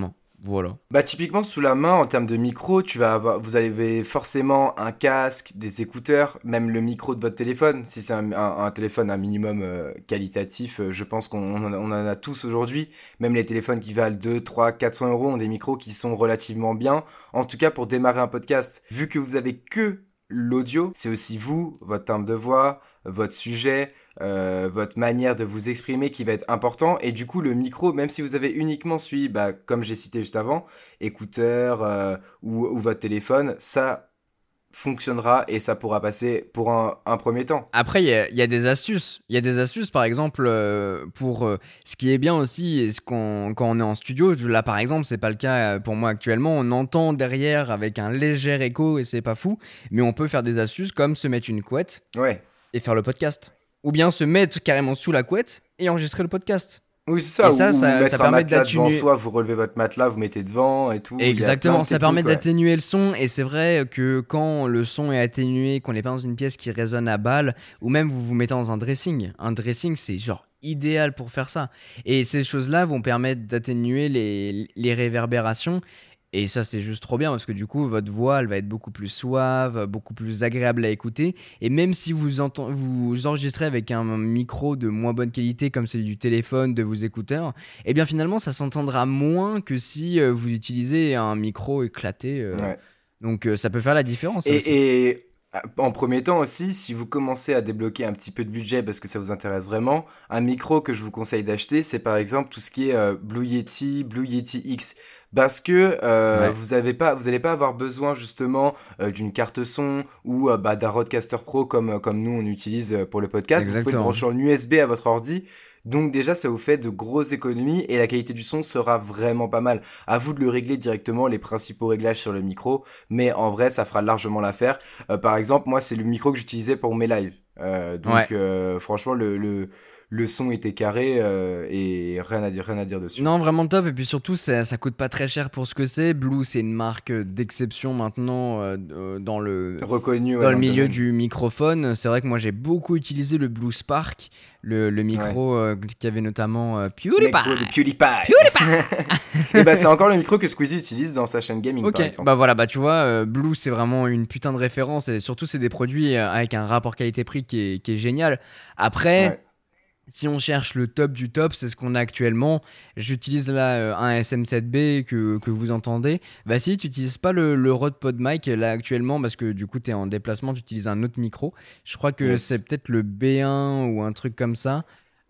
Voilà. Bah typiquement sous la main en termes de micro, tu vas avoir, vous avez forcément un casque, des écouteurs, même le micro de votre téléphone. Si c'est un, un- un téléphone un minimum euh, qualitatif, euh, je pense qu'on on en a, on en a tous aujourd'hui. Même les téléphones qui valent deux, trois, quatre cents euros ont des micros qui sont relativement bien. En tout cas pour démarrer un podcast, vu que vous avez que l'audio, c'est aussi vous, votre timbre de voix, votre sujet, euh, votre manière de vous exprimer qui va être important. Et du coup, le micro, même si vous avez uniquement celui, bah, comme j'ai cité juste avant, écouteurs euh, ou, ou votre téléphone, ça fonctionnera et ça pourra passer pour un, un premier temps. Après, il y a, il y a des astuces. Il y a des astuces, par exemple, euh, pour euh, ce qui est bien aussi, et ce qu'on- quand on est en studio. Là, par exemple, c'est pas le cas euh, pour moi actuellement. On entend derrière avec un léger écho et c'est pas fou. Mais on peut faire des astuces comme se mettre une couette Ouais. et faire le podcast. Ou bien se mettre carrément sous la couette et enregistrer le podcast. Oui, c'est ça. Et ça, ou, ou ça- mettre ça un permet matelas devant d'atténuer- soi, vous relevez votre matelas, vous mettez devant et tout. Il y a plein Exactement, de ça permet techniques, ouais. d'atténuer le son et c'est vrai que quand le son est atténué, qu'on n'est pas dans une pièce qui résonne à balle, ou même vous vous mettez dans un dressing, un dressing c'est genre idéal pour faire ça. Et ces choses-là vont permettre d'atténuer les, les réverbérations et ça c'est juste trop bien parce que du coup votre voix elle va être beaucoup plus suave, beaucoup plus agréable à écouter et même si vous, entend- vous enregistrez avec un micro de moins bonne qualité comme celui du téléphone, de vos écouteurs, eh bien finalement ça s'entendra moins que si euh, vous utilisez un micro éclaté. euh. Ouais. Donc euh, ça peut faire la différence. Ça aussi. Et, et euh, en premier temps aussi, si vous commencez à débloquer un petit peu de budget parce que ça vous intéresse vraiment, un micro que je vous conseille d'acheter, c'est par exemple tout ce qui est euh, Blue Yeti, Blue Yeti X. Parce que euh, Ouais. vous avez pas, vous n'allez pas avoir besoin justement euh, d'une carte son ou euh, bah, d'un Rodecaster Pro comme, euh, comme nous on utilise euh, pour le podcast. Vous pouvez le Exactement. brancher en U S B à votre ordi. Donc déjà ça vous fait de grosses économies et la qualité du son sera vraiment pas mal. À vous de le régler directement, les principaux réglages sur le micro, mais en vrai ça fera largement l'affaire. Euh, par exemple, moi c'est le micro que j'utilisais pour mes lives. Euh, donc Ouais. euh, franchement le, le, le son était carré euh, et rien à dire, rien à dire dessus. Non, vraiment top. Et puis surtout, ça, ça coûte pas très cher pour ce que c'est. Blue, c'est une marque d'exception maintenant euh, euh, dans le, Reconnu ouais, dans le milieu domaine. du microphone. C'est vrai que moi, j'ai beaucoup utilisé le Blue Spark, le, le micro euh, qui avait notamment euh, Micro de PewDiePie. PewDiePie. Et bah c'est encore le micro que Squeezie utilise dans sa chaîne gaming Ok, par exemple. bah voilà, bah tu vois, euh, Blue c'est vraiment une putain de référence et surtout c'est des produits euh, avec un rapport qualité-prix qui est, qui est génial. Après, Ouais. si on cherche le top du top, c'est ce qu'on a actuellement. J'utilise là euh, un S M sept B que, que vous entendez. Bah si tu n'utilises pas le, le Rode PodMic là actuellement parce que du coup tu es en déplacement, tu utilises un autre micro. Je crois que Yes. c'est peut-être le B un ou un truc comme ça.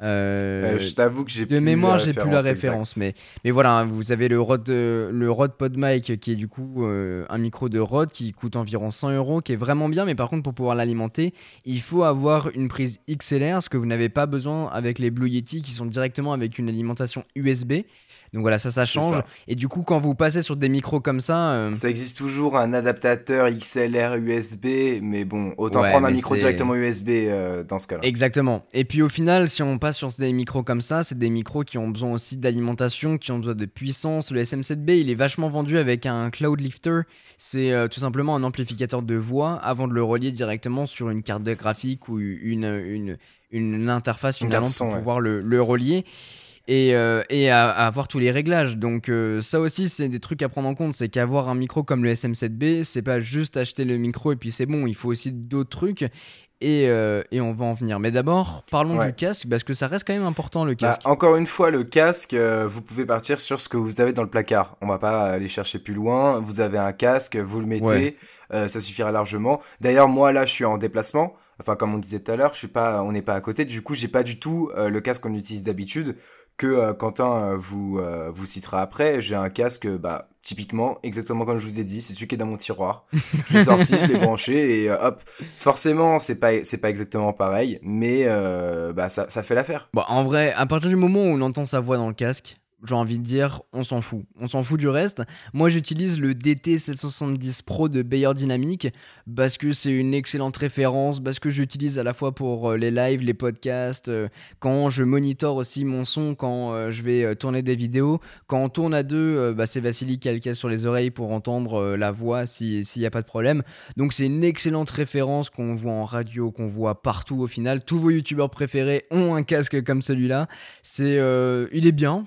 Euh, Euh, je t'avoue que j'ai de plus mémoire, la j'ai plus la référence référence, exacte. mais, mais voilà, hein, vous avez le Rode, euh, le Rode PodMic qui est du coup euh, un micro de Rode qui coûte environ cent euros, qui est vraiment bien, mais par contre, pour pouvoir l'alimenter, il faut avoir une prise X L R, ce que vous n'avez pas besoin avec les Blue Yeti qui sont directement avec une alimentation U S B. Donc voilà, ça, ça C'est change. ça. Et du coup, quand vous passez sur des micros comme ça. euh, Ça existe toujours un adaptateur X L R U S B, mais bon, autant Ouais, prendre un mais micro c'est- directement U S B euh, dans ce cas-là. Exactement. Et puis au final, si on passe sur des micros comme ça, c'est des micros qui ont besoin aussi d'alimentation, qui ont besoin de puissance. Le S M sept B, il est vachement vendu avec un Cloud Lifter. C'est euh, tout simplement un amplificateur de voix avant de le relier directement sur une carte de graphique ou une, une, une interface Une finalement carte son, pour ouais. pouvoir le, le relier. Et, euh, et à, à avoir tous les réglages. Donc euh, ça aussi c'est des trucs à prendre en compte, c'est qu'avoir un micro comme le S M sept B, c'est pas juste acheter le micro et puis c'est bon, il faut aussi d'autres trucs. Et, euh, et on va en venir. Mais d'abord, parlons Ouais. du casque, parce que ça reste quand même important le Bah, casque. encore une fois, le casque, euh, vous pouvez partir sur ce que vous avez dans le placard. On va pas aller chercher plus loin. Vous avez un casque, vous le mettez, Ouais. euh, ça suffira largement. D'ailleurs, moi là, je suis en déplacement. Enfin, comme on disait tout à l'heure, je suis pas, on n'est pas à côté. Du coup, j'ai pas du tout euh, le casque qu'on utilise d'habitude. Que euh, Quentin euh, vous euh, vous citera après. J'ai un casque, bah typiquement, exactement comme je vous ai dit, c'est celui qui est dans mon tiroir. Je l'ai sorti, je l'ai branché et euh, hop. Forcément, c'est pas c'est pas exactement pareil, mais euh, bah ça ça fait l'affaire. Bon, en vrai, à partir du moment où on entend sa voix dans le casque, j'ai envie de dire, on s'en fout. On s'en fout du reste. Moi, j'utilise le D T sept cent soixante-dix Pro de Beyer Dynamic parce que c'est une excellente référence, parce que j'utilise à la fois pour euh, les lives, les podcasts, euh, quand je monitore aussi mon son, quand euh, je vais euh, tourner des vidéos. Quand on tourne à deux, euh, bah, c'est Vassili qui a le casque sur les oreilles pour entendre euh, la voix si- s'il n'y a pas de problème. Donc c'est une excellente référence qu'on voit en radio, qu'on voit partout au final. Tous vos youtubeurs préférés ont un casque comme celui-là. C'est, euh, il est bien, c'est pas le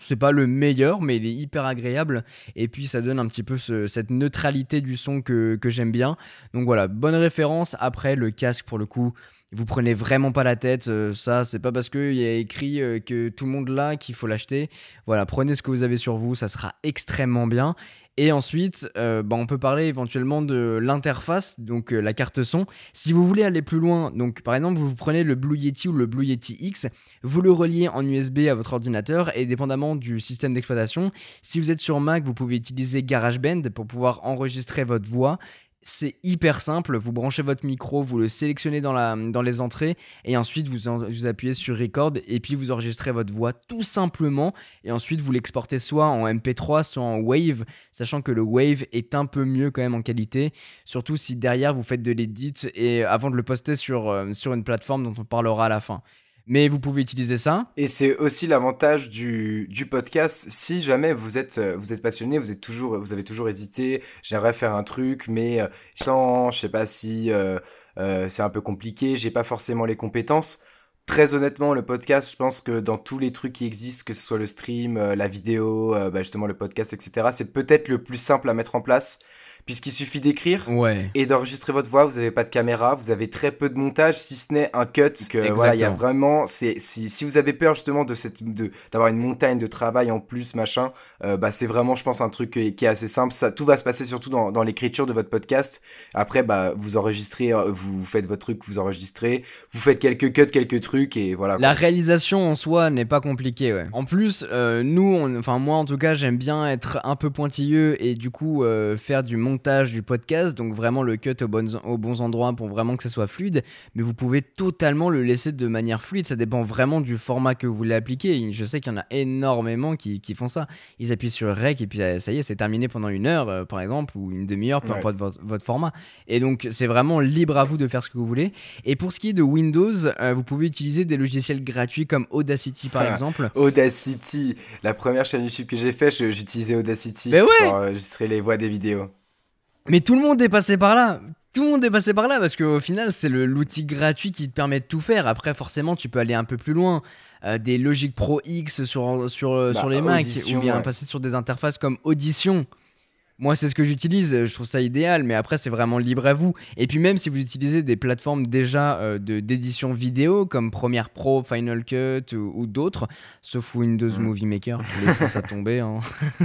le meilleur, mais il est hyper agréable. Et puis ça donne un petit peu ce, cette neutralité du son que, que j'aime bien. Donc voilà, bonne référence. Après, le casque, pour le coup, vous prenez vraiment pas la tête. Euh, ça, c'est pas parce qu'il y a écrit euh, que tout le monde l'a qu'il faut l'acheter. Voilà, prenez ce que vous avez sur vous, ça sera extrêmement bien. Et ensuite, euh, bah, on peut parler éventuellement de l'interface, donc euh, la carte son. Si vous voulez aller plus loin, donc par exemple, vous prenez le Blue Yeti ou le Blue Yeti X, vous le reliez en U S B à votre ordinateur et dépendamment du système d'exploitation, si vous êtes sur Mac, vous pouvez utiliser GarageBand pour pouvoir enregistrer votre voix. C'est hyper simple, vous branchez votre micro, vous le sélectionnez dans, la, dans les entrées et ensuite vous, en, vous appuyez sur Record et puis vous enregistrez votre voix tout simplement et ensuite vous l'exportez soit en M P trois soit en Wave, sachant que le Wave est un peu mieux quand même en qualité, surtout si derrière vous faites de l'edit et avant de le poster sur, euh, sur une plateforme dont on parlera à la fin. Mais vous pouvez utiliser ça. Et c'est aussi l'avantage du, du podcast. Si jamais vous êtes, vous êtes passionné, vous êtes toujours, vous avez toujours hésité, j'aimerais faire un truc, mais euh, je sais pas si euh, euh, c'est un peu compliqué, j'ai pas forcément les compétences. Très honnêtement, le podcast, je pense que dans tous les trucs qui existent, que ce soit le stream, euh, la vidéo, euh, bah justement le podcast, et cetera, c'est peut-être le plus simple à mettre en place. Puisqu'il suffit d'écrire ouais. et d'enregistrer votre voix, vous n'avez pas de caméra, vous avez très peu de montage, si ce n'est un cut. Que, voilà, il y a vraiment, c'est, si, si vous avez peur justement de cette, de, d'avoir une montagne de travail en plus, machin, euh, bah c'est vraiment, je pense, un truc qui est assez simple. Ça, tout va se passer surtout dans, dans l'écriture de votre podcast. Après, bah vous enregistrez, vous faites votre truc, vous enregistrez, vous faites quelques cuts, quelques trucs et voilà. La quoi. Réalisation en soi n'est pas compliquée, ouais. En plus, euh, nous, on, enfin moi en tout cas, j'aime bien être un peu pointilleux et du coup euh, faire du montage du podcast, donc vraiment le cut aux, bonnes, aux bons endroits pour vraiment que ça soit fluide, mais vous pouvez totalement le laisser de manière fluide, ça dépend vraiment du format que vous voulez appliquer. Je sais qu'il y en a énormément qui, qui font ça, ils appuient sur rec et puis ça y est, c'est terminé pendant une heure euh, par exemple, ou une demi-heure, peu importe ouais. votre, votre format, et donc c'est vraiment libre à vous de faire ce que vous voulez. Et pour ce qui est de Windows, euh, vous pouvez utiliser des logiciels gratuits comme Audacity par ah, exemple. Audacity, la première chaîne YouTube que j'ai fait, j'utilisais Audacity ouais. pour enregistrer les voix des vidéos. Mais tout le monde est passé par là. Tout le monde est passé par là parce qu'au final, c'est le, l'outil gratuit qui te permet de tout faire. Après, forcément, tu peux aller un peu plus loin. Euh, des Logic Pro X sur, sur, bah, sur les Mac ou bien ouais. passer sur des interfaces comme Audition. Moi, c'est ce que j'utilise, je trouve ça idéal, mais après, c'est vraiment libre à vous. Et puis même si vous utilisez des plateformes déjà euh, de, d'édition vidéo, comme Premiere Pro, Final Cut ou, ou d'autres, sauf Windows mmh. Movie Maker, je laisse ça tomber. Hein.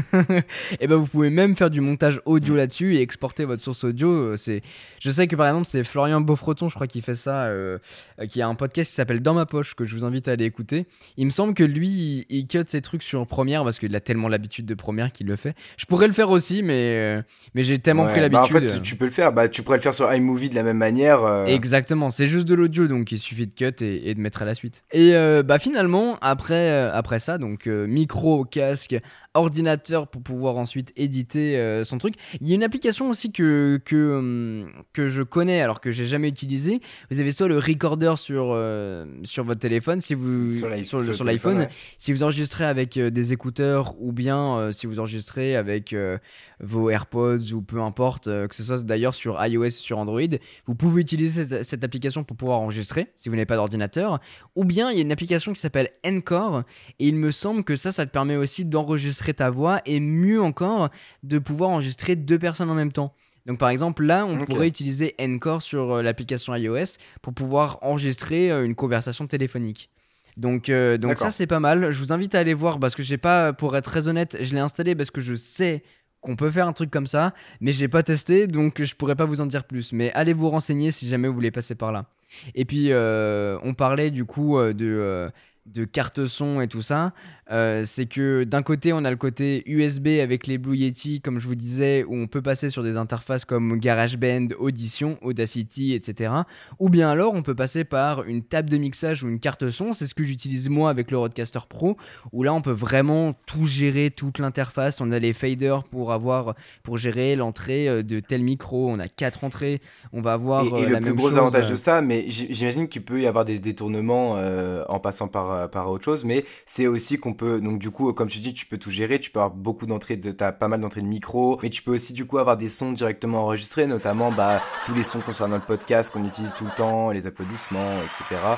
Et ben, vous pouvez même faire du montage audio mmh. là-dessus et exporter votre source audio. C'est... Je sais que par exemple, c'est Florian Beaufreton, je crois, qui fait ça, euh, qui a un podcast qui s'appelle Dans ma poche, que je vous invite à aller écouter. Il me semble que lui, il, il cut ses trucs sur Premiere, parce qu'il a tellement l'habitude de Premiere qu'il le fait. Je pourrais le faire aussi, mais Mais, mais j'ai tellement ouais, pris l'habitude. Bah en fait, tu peux le faire. Bah, tu pourrais le faire sur iMovie de la même manière. Euh... Exactement. C'est juste de l'audio, donc il suffit de cut et, et de mettre à la suite. Et euh, bah finalement, après, euh, après ça, donc euh, micro, casque, ordinateur pour pouvoir ensuite éditer euh, son truc. Il y a une application aussi que, que, hum, que je connais alors que j'ai jamais utilisé. Vous avez soit le recorder sur, euh, sur votre téléphone, si vous, sur, sur, le, sur, sur le l'iPhone, téléphone, ouais. Si vous enregistrez avec euh, des écouteurs ou bien euh, si vous enregistrez avec euh, vos AirPods ou peu importe, euh, que ce soit d'ailleurs sur iOS ou sur Android, vous pouvez utiliser cette, cette application pour pouvoir enregistrer si vous n'avez pas d'ordinateur. Ou bien il y a une application qui s'appelle Encore et il me semble que ça, ça te permet aussi d'enregistrer ta voix et mieux encore de pouvoir enregistrer deux personnes en même temps. Donc par exemple là on okay. pourrait utiliser Encore sur euh, l'application iOS pour pouvoir enregistrer euh, une conversation téléphonique. Donc, euh, donc ça c'est pas mal. Je vous invite à aller voir parce que j'ai pas, pour être très honnête, je l'ai installé parce que je sais qu'on peut faire un truc comme ça, mais j'ai pas testé donc je pourrais pas vous en dire plus. Mais allez vous renseigner si jamais vous voulez passer par là. Et puis euh, on parlait du coup euh, de euh, de carte son et tout ça, euh, c'est que d'un côté on a le côté U S B avec les Blue Yeti comme je vous disais où on peut passer sur des interfaces comme GarageBand, Audition, Audacity, et cetera. Ou bien alors on peut passer par une table de mixage ou une carte son, c'est ce que j'utilise moi avec le Rodecaster Pro où là on peut vraiment tout gérer, toute l'interface, on a les faders pour avoir, pour gérer l'entrée de tel micro, on a quatre entrées, on va avoir et, et euh, le la plus même gros chose. avantage de ça, mais j'imagine qu'il peut y avoir des détournements euh, en passant par par autre chose, mais c'est aussi qu'on peut, donc du coup comme tu dis, tu peux tout gérer, tu peux avoir beaucoup d'entrées, de, t'as pas mal d'entrées de micro, mais tu peux aussi du coup avoir des sons directement enregistrés, notamment bah tous les sons concernant le podcast qu'on utilise tout le temps, les applaudissements, et cetera.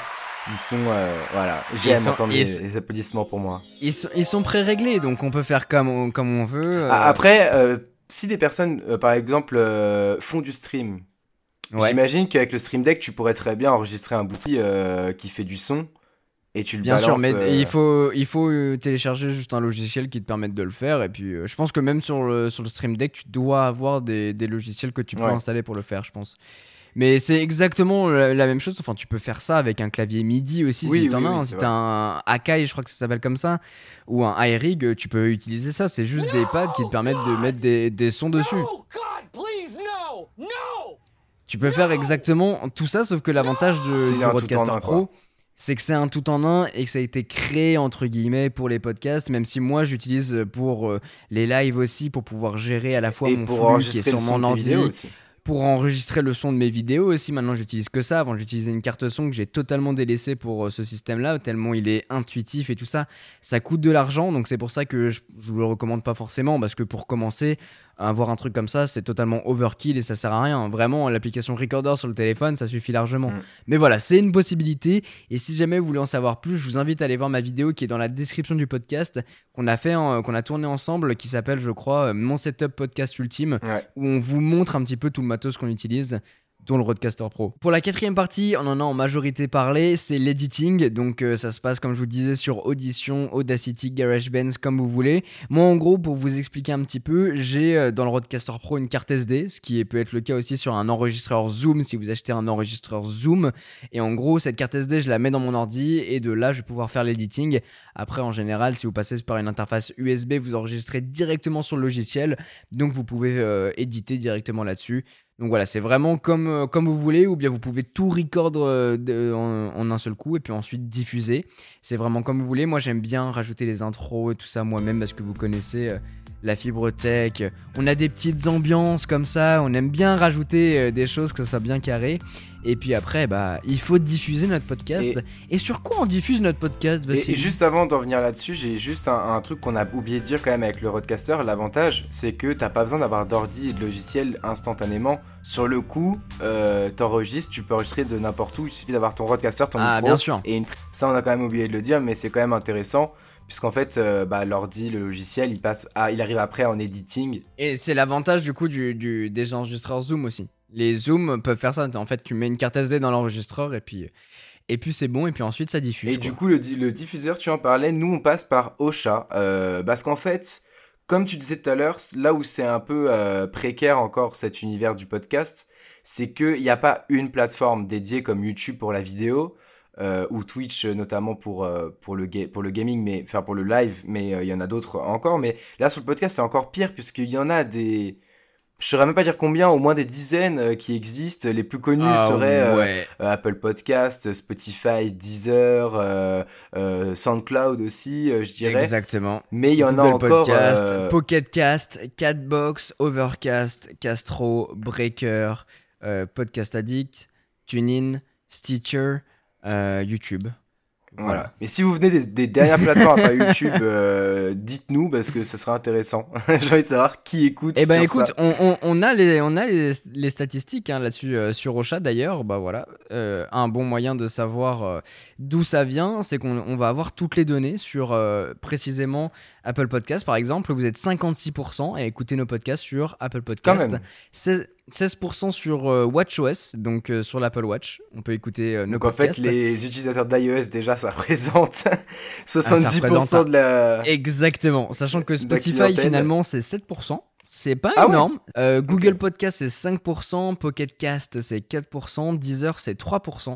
Ils sont, euh, voilà, j'aime sont- entendre ils les, sont- les applaudissements pour moi. Ils sont, ils sont pré-réglés, donc on peut faire comme on, comme on veut. euh, Ah, après, euh, si des personnes, euh, par exemple, euh, font du stream, ouais. j'imagine qu'avec le Stream Deck, tu pourrais très bien enregistrer un bouti euh, qui fait du son et tu le Bien sûr, balances. mais euh, il faut, il faut euh, télécharger juste un logiciel qui te permette de le faire. Et puis, euh, je pense que même sur le, sur le Stream Deck, tu dois avoir des, des logiciels que tu peux Ouais. installer pour le faire, je pense. Mais c'est exactement la, la même chose. Enfin, tu peux faire ça avec un clavier MIDI aussi, Oui, si t'en oui, as oui, un. c'est Si vrai. t'as un Akai, je crois que ça s'appelle comme ça, ou un iRig, tu peux utiliser ça. C'est juste des pads qui te permettent de mettre des, des sons dessus. No, God, please, no, no. Tu peux faire exactement tout ça, sauf que l'avantage de, C'est du un tout Rodecaster en un, Pro, quoi. c'est que c'est un tout en un et que ça a été créé entre guillemets pour les podcasts, même si moi j'utilise pour euh, les lives aussi, pour pouvoir gérer à la fois Et mon pour flux qui est enregistrer le sur son mon de tes ordi, vidéos aussi. pour enregistrer le son de mes vidéos aussi. Maintenant j'utilise que ça. Avant j'utilisais une carte son que j'ai totalement délaissée pour euh, ce système-là, tellement il est intuitif et tout ça. Ça coûte de l'argent, donc c'est pour ça que je, je vous le recommande pas forcément, parce que pour commencer, avoir un truc comme ça, c'est totalement overkill et ça sert à rien. Vraiment, l'application Recorder sur le téléphone, ça suffit largement. Mm. Mais voilà, c'est une possibilité. Et si jamais vous voulez en savoir plus, je vous invite à aller voir ma vidéo qui est dans la description du podcast, qu'on a fait, en- qu'on a tourné ensemble, qui s'appelle, je crois, euh, Mon Setup Podcast Ultime, Ouais. où on vous montre un petit peu tout le matos qu'on utilise, dont le Rodecaster Pro. Pour la quatrième partie, on en a en majorité parlé, c'est l'editing. Donc euh, ça se passe, comme je vous disais, sur Audition, Audacity, GarageBand, comme vous voulez. Moi, en gros, pour vous expliquer un petit peu, j'ai euh, dans le Rodecaster Pro une carte S D, ce qui est- peut être le cas aussi sur un enregistreur Zoom, si vous achetez un enregistreur Zoom. Et en gros, cette carte S D, je la mets dans mon ordi, et de là, je vais pouvoir faire l'editing. Après, en général, si vous passez par une interface U S B, vous enregistrez directement sur le logiciel, donc vous pouvez euh, éditer directement là-dessus. Donc voilà, c'est vraiment comme, euh, comme vous voulez, ou bien vous pouvez tout record euh, de- en, en un seul coup et puis ensuite diffuser. C'est vraiment comme vous voulez. Moi, j'aime bien rajouter les intros et tout ça moi-même, parce que vous connaissez euh, la fibre tech. On a des petites ambiances comme ça. On aime bien rajouter euh, des choses, que ça soit bien carré. Et puis après, bah, il faut diffuser notre podcast. Et, sur quoi on diffuse notre podcast, Et, Vassili ? et juste avant d'en venir là-dessus, j'ai juste un, un truc qu'on a oublié de dire quand même avec le Rodecaster. L'avantage, c'est que t'as pas besoin d'avoir d'ordi et de logiciel instantanément. Sur le coup, euh, t'enregistres, tu peux enregistrer de n'importe où. Il suffit d'avoir ton Rodecaster, ton Ah, micro. bien sûr. Et une... ça, on a quand même oublié de le dire, mais c'est quand même intéressant. Puisqu'en fait, euh, bah, l'ordi, le logiciel, il, passe à... il arrive après en editing. Et c'est l'avantage du coup du, du- des enregistreurs Zoom aussi. Les Zoom peuvent faire ça. En fait, tu mets une carte S D dans l'enregistreur et puis, et puis c'est bon. Et puis ensuite, ça diffuse. Et quoi. du coup, le, di- le diffuseur, tu en parlais, nous, on passe par Ocha. Euh, parce qu'en fait, comme tu disais tout à l'heure, là où c'est un peu euh, précaire encore cet univers du podcast, c'est qu'il n'y a pas une plateforme dédiée comme YouTube pour la vidéo. Euh, ou Twitch euh, notamment pour, euh, pour, le ga- pour le gaming, mais enfin pour le live, mais euh, il y en a d'autres encore. Mais là sur le podcast c'est encore pire puisqu'il y en a des, je saurais même pas dire combien, au moins des dizaines euh, qui existent. Les plus connus Ah, seraient euh, ouais. euh, Apple Podcast, Spotify, Deezer, euh, euh, SoundCloud aussi, euh, je dirais. Exactement. Mais il y en a Google encore. Podcast, euh, Pocket Cast, Catbox, Overcast, Castro, Breaker, euh, Podcast Addict, TuneIn, Stitcher, euh, YouTube. Voilà. Mais si vous venez des, des dernières plateformes, pas YouTube, euh, dites-nous parce que ça sera intéressant. J'ai envie de savoir qui écoute. Eh ben sur écoute, ça. on, on, on a les, on a les, les statistiques hein, là-dessus euh, sur Ocha d'ailleurs. Bah voilà, Euh, un bon moyen de savoir euh, d'où ça vient, c'est qu'on on va avoir toutes les données sur euh, précisément Apple Podcast par exemple. Vous êtes cinquante-six pour cent à écouter nos podcasts sur Apple Quand Podcast. même. seize seize pour cent sur euh, WatchOS, donc euh, sur l'Apple Watch. On peut écouter euh, nos Donc en fait, podcasts. les utilisateurs d'iOS, déjà, ça représente soixante-dix pour cent représente de la... Exactement, sachant que la Spotify clientèle. finalement c'est sept pour cent. C'est pas Ah ouais. énorme. Euh, Google Podcast c'est cinq pour cent, Pocket Cast c'est quatre pour cent, Deezer c'est trois pour cent.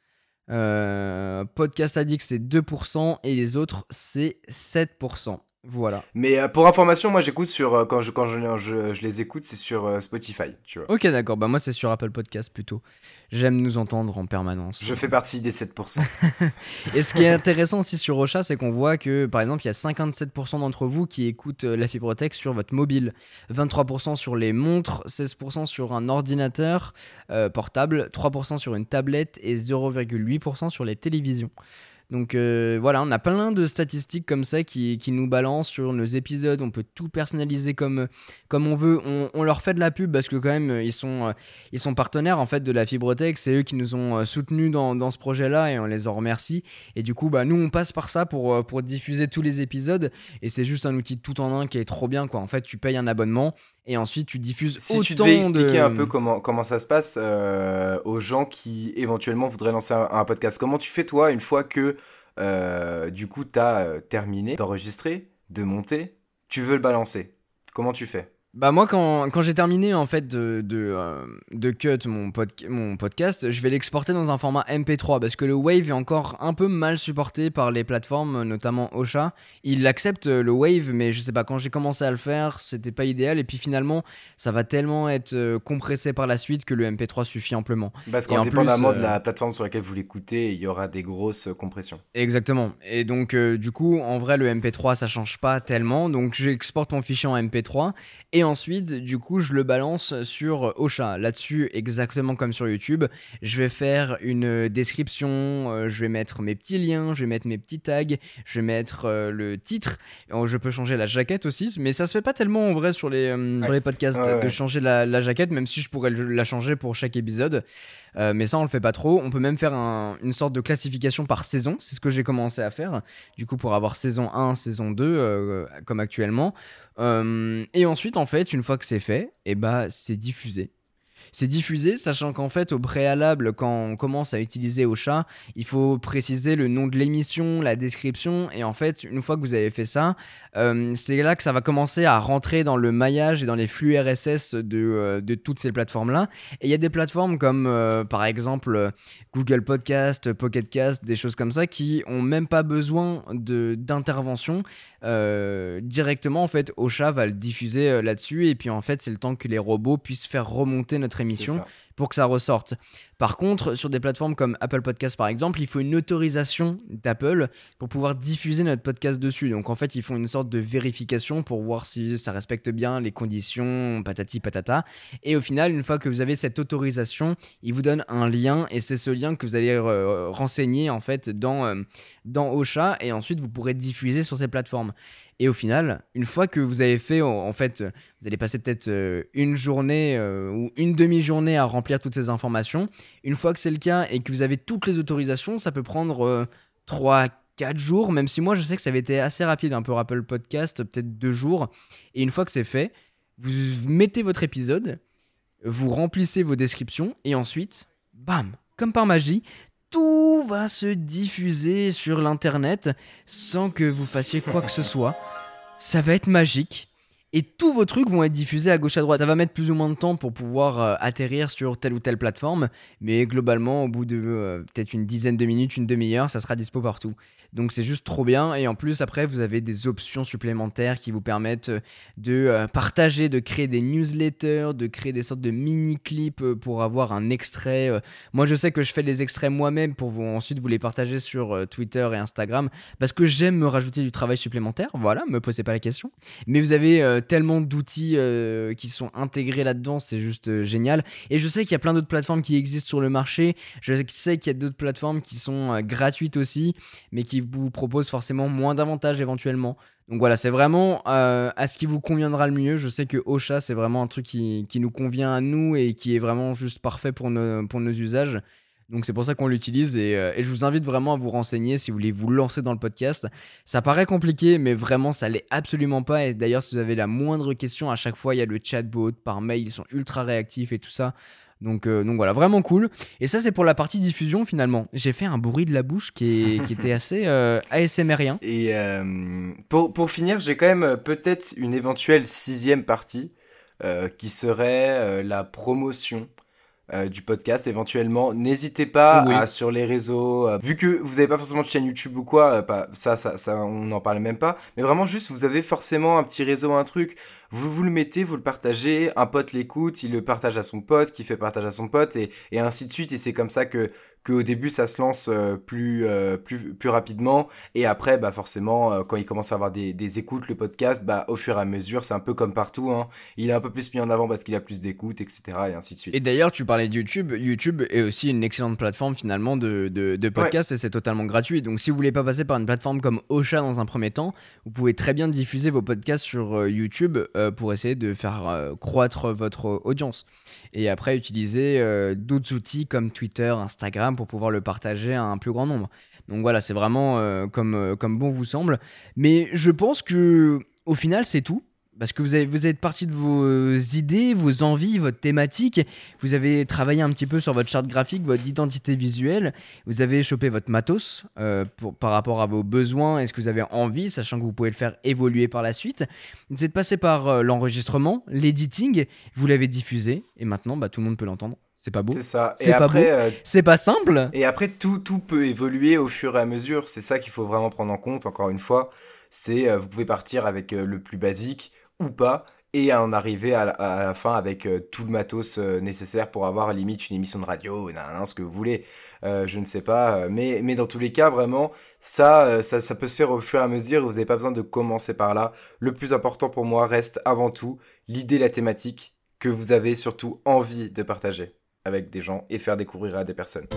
Euh, Podcast Addict c'est deux pour cent et les autres c'est sept pour cent. Voilà. Mais euh, pour information, moi j'écoute sur... euh, quand je, quand je, je, je les écoute, c'est sur euh, Spotify, tu vois. Ok d'accord, bah moi c'est sur Apple Podcast plutôt. J'aime nous entendre en permanence. Je fais partie des sept pour cent. Et ce qui est intéressant aussi sur Ocha, c'est qu'on voit que, par exemple, il y a cinquante-sept pour cent d'entre vous qui écoutent euh, la fibre tech sur votre mobile, vingt-trois pour cent sur les montres, seize pour cent sur un ordinateur euh, portable, trois pour cent sur une tablette et zéro virgule huit pour cent sur les télévisions. Donc euh, voilà, on a plein de statistiques comme ça qui, qui nous balancent sur nos épisodes. On peut tout personnaliser comme, comme on veut. On, on leur fait de la pub parce que quand même ils sont, euh, ils sont partenaires en fait de la Fibrotech. C'est eux qui nous ont euh, soutenus dans, dans ce projet-là et on les en remercie. Et du coup, bah, nous on passe par ça pour, euh, pour diffuser tous les épisodes. Et c'est juste un outil tout en un qui est trop bien, quoi. En fait, tu payes un abonnement et ensuite tu diffuses Si autant tu devais expliquer de... un peu comment, comment ça se passe euh, aux gens qui éventuellement voudraient lancer un, un podcast, comment tu fais toi une fois que euh, du coup t'as euh, terminé d'enregistrer, de monter, tu veux le balancer? Comment tu fais? Bah moi quand, quand j'ai terminé en fait de, de, euh, de cut mon, pod- mon podcast, je vais l'exporter dans un format M P trois parce que le Wave est encore un peu mal supporté par les plateformes, notamment Ocha. Il accepte le Wave mais je sais pas, quand j'ai commencé à le faire c'était pas idéal et puis finalement ça va tellement être euh, compressé par la suite que le M P trois suffit amplement. Parce Et en qu'indépendamment plus, de euh, la plateforme sur laquelle vous l'écoutez, il y aura des grosses compressions. Exactement. Et donc, euh, du coup, en vrai, le M P trois, ça change pas tellement. Donc, j'exporte mon fichier en M P trois. Et ensuite, du coup, je le balance sur Ocha. Là-dessus, exactement comme sur YouTube, je vais faire une description. euh, je vais mettre mes petits liens. Je vais mettre mes petits tags. Je vais mettre euh, le titre. Euh, Je peux changer la jaquette aussi. Mais ça se fait pas tellement en vrai sur les, euh, sur les podcasts Ouais, ouais. de changer la, la jaquette, même si je pourrais le- la changer pour chaque épisode. Euh, mais ça on le fait pas trop. On peut même faire un- une sorte de classification par saison, c'est ce que j'ai commencé à faire, du coup pour avoir saison un, saison deux, euh, comme actuellement. Euh, et ensuite en fait, une fois que c'est fait, et bah c'est diffusé. C'est diffusé, sachant qu'en fait, au préalable, quand on commence à utiliser Ocha, il faut préciser le nom de l'émission, la description, et en fait, une fois que vous avez fait ça, euh, c'est là que ça va commencer à rentrer dans le maillage et dans les flux R S S de, euh, de toutes ces plateformes-là. Et il y a des plateformes comme, euh, par exemple, euh, Google Podcast, Pocket Cast, des choses comme ça, qui ont même pas besoin de, d'intervention. Euh, directement, en fait, Ocha va le diffuser euh, là-dessus, et puis en fait, c'est le temps que les robots puissent faire remonter notre C'est émission ça. pour que ça ressorte. Par contre, sur des plateformes comme Apple Podcast par exemple, il faut une autorisation d'Apple pour pouvoir diffuser notre podcast dessus. Donc en fait, ils font une sorte de vérification pour voir si ça respecte bien les conditions, patati patata. Et au final, une fois que vous avez cette autorisation, ils vous donnent un lien et c'est ce lien que vous allez euh, renseigner en fait dans, euh, dans Ocha et ensuite vous pourrez diffuser sur ces plateformes. Et au final, une fois que vous avez fait, en fait, vous allez passer peut-être euh, une journée euh, ou une demi-journée à remplir toutes ces informations. Une fois que c'est le cas et que vous avez toutes les autorisations, ça peut prendre euh, trois quatre jours, même si moi je sais que ça avait été assez rapide, un peu Apple Podcast, peut-être deux jours. Et une fois que c'est fait, vous mettez votre épisode, vous remplissez vos descriptions et ensuite, bam, comme par magie, tout va se diffuser sur l'internet sans que vous fassiez quoi que ce soit. Ça va être magique. Et tous vos trucs vont être diffusés à gauche à droite. Ça va mettre plus ou moins de temps pour pouvoir euh, atterrir sur telle ou telle plateforme. Mais globalement, au bout de euh, peut-être une dizaine de minutes, une demi-heure, ça sera dispo partout. Donc c'est juste trop bien. Et en plus, après, vous avez des options supplémentaires qui vous permettent de euh, partager, de créer des newsletters, de créer des sortes de mini-clips euh, pour avoir un extrait. Euh. Moi, je sais que je fais des extraits moi-même pour vous, ensuite vous les partager sur euh, Twitter et Instagram parce que j'aime me rajouter du travail supplémentaire. Voilà, me posez pas la question. Mais vous avez euh, tellement d'outils euh, qui sont intégrés là-dedans, c'est juste euh, génial. Et je sais qu'il y a plein d'autres plateformes qui existent sur le marché. Je sais qu'il y a d'autres plateformes qui sont euh, gratuites aussi, mais qui vous proposent forcément moins d'avantages éventuellement. Donc voilà, c'est vraiment euh, à ce qui vous conviendra le mieux. Je sais que Ocha, c'est vraiment un truc qui, qui nous convient à nous et qui est vraiment juste parfait pour nos, pour nos usages. Donc c'est pour ça qu'on l'utilise et, euh, et je vous invite vraiment à vous renseigner si vous voulez vous lancer dans le podcast. Ça paraît compliqué mais vraiment ça l'est absolument pas et d'ailleurs si vous avez la moindre question à chaque fois il y a le chatbot par mail, ils sont ultra réactifs et tout ça. Donc, euh, donc voilà, vraiment cool. Et ça c'est pour la partie diffusion finalement. J'ai fait un bruit de la bouche qui, est, qui était assez euh, ASMRien. Et euh, pour, pour finir, j'ai quand même euh, peut-être une éventuelle sixième partie euh, qui serait euh, la promotion Euh, du podcast éventuellement. N'hésitez pas Oui. à sur les réseaux, euh, vu que vous n'avez pas forcément de chaîne YouTube ou quoi, euh, pas, ça, ça, ça, on n'en parle même pas, mais vraiment juste vous avez forcément un petit réseau, un truc, vous vous le mettez, vous le partagez, un pote l'écoute, il le partage à son pote, qui fait partage à son pote, et, et ainsi de suite, et c'est comme ça que qu'au début ça se lance euh, plus, euh, plus, plus rapidement, et après, bah forcément, euh, quand il commence à avoir des, des écoutes, le podcast, bah au fur et à mesure, c'est un peu comme partout, hein, il est un peu plus mis en avant parce qu'il a plus d'écoutes, et cetera, et ainsi de Et suite. d'ailleurs, tu parlais de YouTube. YouTube est aussi une excellente plateforme finalement de, de, de Ouais, podcast et c'est totalement gratuit. Donc si vous voulez pas passer par une plateforme comme Ocha dans un premier temps, vous pouvez très bien diffuser vos podcasts sur euh, YouTube euh, pour essayer de faire euh, croître votre audience. Et après, utiliser euh, d'autres outils comme Twitter, Instagram pour pouvoir le partager à un plus grand nombre. Donc voilà, c'est vraiment euh, comme, euh, comme bon vous semble. Mais je pense que au final, c'est tout. Parce que vous, avez, vous êtes parti de vos idées, vos envies, votre thématique. Vous avez travaillé un petit peu sur votre charte graphique, votre identité visuelle. Vous avez chopé votre matos euh, pour, par rapport à vos besoins et ce que vous avez envie, sachant que vous pouvez le faire évoluer par la suite. Vous êtes passé par euh, l'enregistrement, l'editing. Vous l'avez diffusé et maintenant, bah, tout le monde peut l'entendre. C'est pas beau? c'est ça. Et C'est pas beau? après, euh, C'est pas simple? et après tout, tout peut évoluer au fur et à mesure. C'est ça qu'il faut vraiment prendre en compte, encore une fois. C'est, euh, vous pouvez partir avec euh, le plus basique ou pas, et en arriver à la, à la fin avec euh, tout le matos euh, nécessaire pour avoir limite une émission de radio, nan, nan, ce que vous voulez. Euh, je ne sais pas. euh, Mais, mais dans tous les cas, vraiment, ça, euh, ça, ça peut se faire au fur et à mesure. Vous n'avez pas besoin de commencer par là. Le plus important pour moi reste avant tout l'idée, la thématique que vous avez surtout envie de partager avec des gens et faire découvrir à des personnes.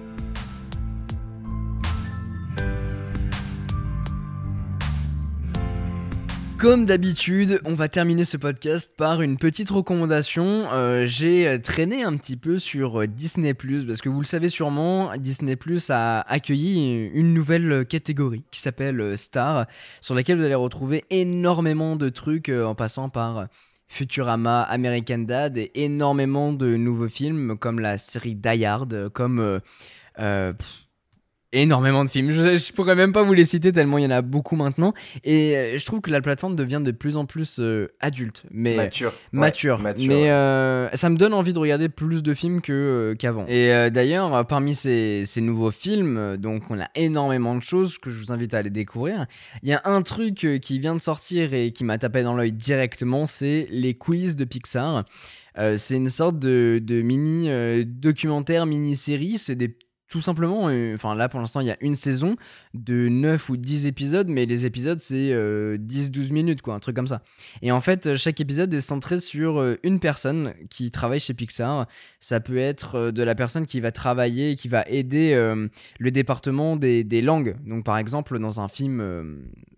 Comme d'habitude, on va terminer ce podcast par une petite recommandation. Euh, j'ai euh, traîné un petit peu sur euh, Disney plus, parce que vous le savez sûrement, Disney plus a accueilli une nouvelle catégorie qui s'appelle euh, Star, sur laquelle vous allez retrouver énormément de trucs euh, en passant par euh, Futurama, American Dad et énormément de nouveaux films comme la série Die Hard, comme... euh, euh, pff, énormément de films, je, je pourrais même pas vous les citer tellement il y en a beaucoup maintenant. Et euh, je trouve que la plateforme devient de plus en plus euh, adulte, mais Mature. Ouais, mature. mature, mais ouais. euh, ça me donne envie de regarder plus de films que, euh, qu'avant. Et euh, d'ailleurs, euh, parmi ces, ces nouveaux films, euh, donc on a énormément de choses que je vous invite à aller découvrir. Il y a un truc euh, qui vient de sortir et qui m'a tapé dans l'œil directement, c'est les coulisses de Pixar. Euh, c'est une sorte de, de mini euh, documentaire, mini-série. C'est des tout simplement, euh, enfin là pour l'instant il y a une saison de neuf ou dix épisodes, mais les épisodes c'est euh, dix douze minutes quoi, un truc comme ça. Et en fait euh, chaque épisode est centré sur euh, une personne qui travaille chez Pixar. Ça peut être euh, de la personne qui va travailler et qui va aider euh, le département des, des langues. Donc par exemple dans un film, euh,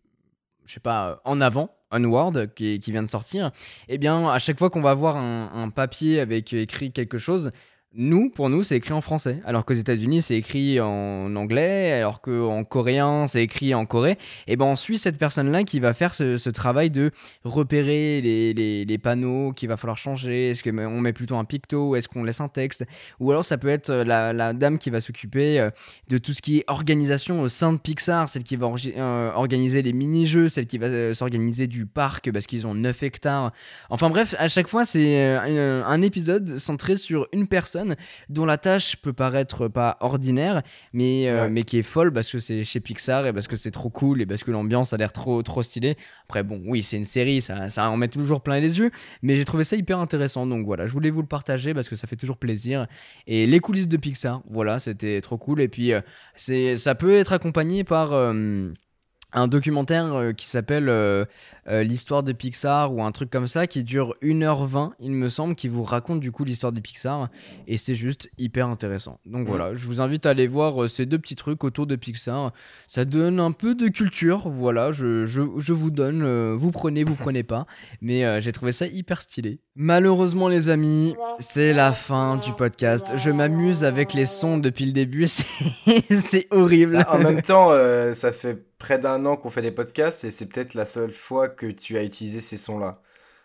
je sais pas, euh, En Avant, Onward, qui, qui vient de sortir, eh bien à chaque fois qu'on va voir un, un papier avec écrit quelque chose, nous, pour nous, c'est écrit en français. Alors qu'aux États-Unis, c'est écrit en anglais, alors qu'en coréen, c'est écrit en Corée. Et ben, on suit cette personne-là qui va faire ce, ce travail de repérer les, les, les panneaux qu'il va falloir changer. Est-ce qu'on met plutôt un picto ou est-ce qu'on laisse un texte? Ou alors, ça peut être la, la dame qui va s'occuper euh, de tout ce qui est organisation au sein de Pixar, celle qui va orgi- euh, organiser les mini-jeux, celle qui va euh, s'organiser du parc parce qu'ils ont neuf hectares. Enfin bref, à chaque fois, c'est euh, un, un épisode centré sur une personne dont la tâche peut paraître pas ordinaire, mais, euh, Ouais. mais qui est folle parce que c'est chez Pixar et parce que c'est trop cool et parce que l'ambiance a l'air trop, trop stylée. Après, bon, oui, c'est une série, ça, ça en met toujours plein les yeux, mais j'ai trouvé ça hyper intéressant. Donc voilà, je voulais vous le partager parce que ça fait toujours plaisir. Et les coulisses de Pixar, voilà, c'était trop cool. Et puis, euh, c'est, ça peut être accompagné par. Euh, un documentaire euh, qui s'appelle euh, euh, l'histoire de Pixar ou un truc comme ça qui dure une heure vingt il me semble, qui vous raconte du coup l'histoire de Pixar et c'est juste hyper intéressant. Donc Mhm. voilà, je vous invite à aller voir euh, ces deux petits trucs autour de Pixar. Ça donne un peu de culture, voilà, je, je, je vous donne, euh, vous prenez, vous prenez pas, mais euh, j'ai trouvé ça hyper stylé. Malheureusement les amis, c'est la fin du podcast. Je m'amuse avec les sons depuis le début, c'est, c'est horrible. Bah, en même temps, euh, ça fait près d'un an qu'on fait des podcasts et c'est peut-être la seule fois que tu as utilisé ces sons-là.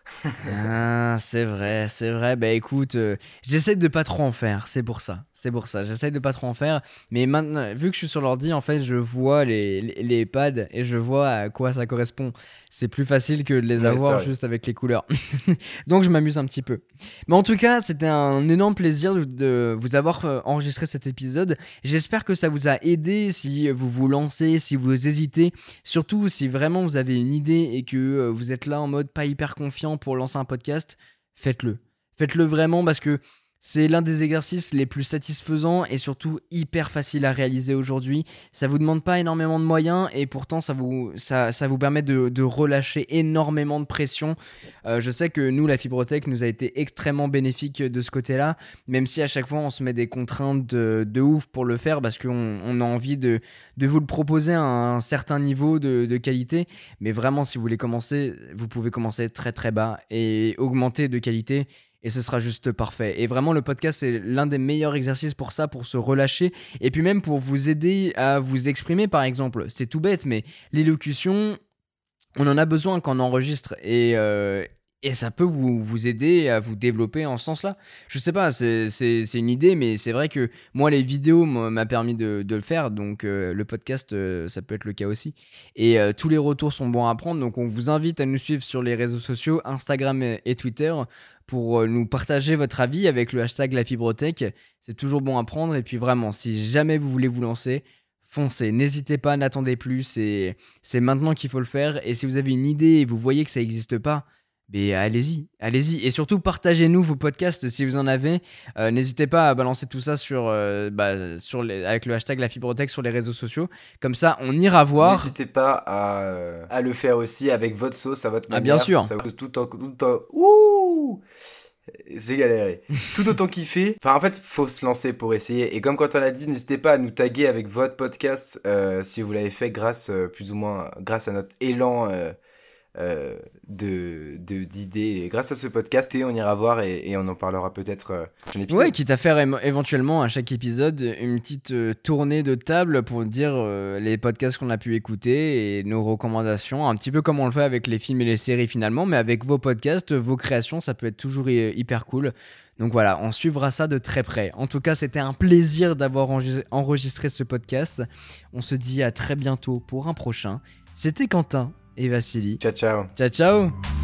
Ah, c'est vrai, c'est vrai. Bah écoute, euh, j'essaie de pas trop en faire, c'est pour ça. C'est pour ça, j'essaie de pas trop en faire. Mais maintenant, vu que je suis sur l'ordi, en fait, je vois les, les, les pads et je vois à quoi ça correspond. C'est plus facile que de les Ouais, c'est avoir vrai. juste avec les couleurs. Donc je m'amuse un petit peu. Mais en tout cas, c'était un énorme plaisir de, de vous avoir euh, enregistré cet épisode. J'espère que ça vous a aidé si vous vous lancez, si vous hésitez. Surtout si vraiment vous avez une idée et que euh, vous êtes là en mode pas hyper confiant pour lancer un podcast, faites-le. Faites-le vraiment parce que C'est l'un des exercices les plus satisfaisants et surtout hyper facile à réaliser aujourd'hui. Ça vous demande pas énormément de moyens et pourtant ça vous, ça, ça vous permet de, de relâcher énormément de pression. Euh, je sais que nous, la Fibrotech nous a été extrêmement bénéfique de ce côté-là, même si à chaque fois on se met des contraintes de, de ouf pour le faire parce qu'on on a envie de, de vous le proposer à un certain niveau de, de qualité. Mais vraiment, si vous voulez commencer, vous pouvez commencer très très bas et augmenter de qualité. Et ce sera juste parfait. Et vraiment, le podcast, c'est l'un des meilleurs exercices pour ça, pour se relâcher. Et puis même pour vous aider à vous exprimer, par exemple. C'est tout bête, mais l'élocution, on en a besoin quand on enregistre. Et, euh, et ça peut vous, vous aider à vous développer en ce sens-là. Je sais pas, c'est, c'est, c'est une idée, mais c'est vrai que moi, les vidéos m'a permis de, de le faire. Donc euh, le podcast, euh, ça peut être le cas aussi. Et euh, tous les retours sont bons à prendre. Donc on vous invite à nous suivre sur les réseaux sociaux, Instagram et, et Twitter, pour nous partager votre avis avec le hashtag La Fibrotech. C'est toujours bon à prendre. Et puis vraiment, si jamais vous voulez vous lancer, foncez. N'hésitez pas, n'attendez plus. C'est, c'est maintenant qu'il faut le faire. Et si vous avez une idée et vous voyez que ça n'existe pas, mais allez-y, allez-y. Et surtout, partagez-nous vos podcasts si vous en avez. Euh, n'hésitez pas à balancer tout ça sur, euh, bah, sur les, avec le hashtag La Fibrotech sur les réseaux sociaux. Comme ça, on ira voir. N'hésitez pas à, à le faire aussi avec votre sauce, à votre manière. Ah, bien sûr. Ça vous cause tout en... Tout en... Ouh, j'ai galéré. Tout autant kiffer. Enfin, en fait, faut se lancer pour essayer. Et comme quand on a dit, n'hésitez pas à nous taguer avec votre podcast euh, si vous l'avez fait grâce, euh, plus ou moins, grâce à notre élan euh, euh, de, de, d'idées. Et grâce à ce podcast, et on ira voir et, et on en parlera peut-être euh, dans un épisode. Ouais, quitte à faire é- éventuellement à chaque épisode une petite euh, tournée de table pour dire euh, les podcasts qu'on a pu écouter et nos recommandations, un petit peu comme on le fait avec les films et les séries finalement, mais avec vos podcasts, vos créations, ça peut être toujours hy- hyper cool. Donc voilà, on suivra ça de très près. En tout cas, c'était un plaisir d'avoir enregistré, enregistré ce podcast. On se dit à très bientôt pour un prochain. C'était Quentin et Vassili. Ciao, ciao. Ciao, ciao.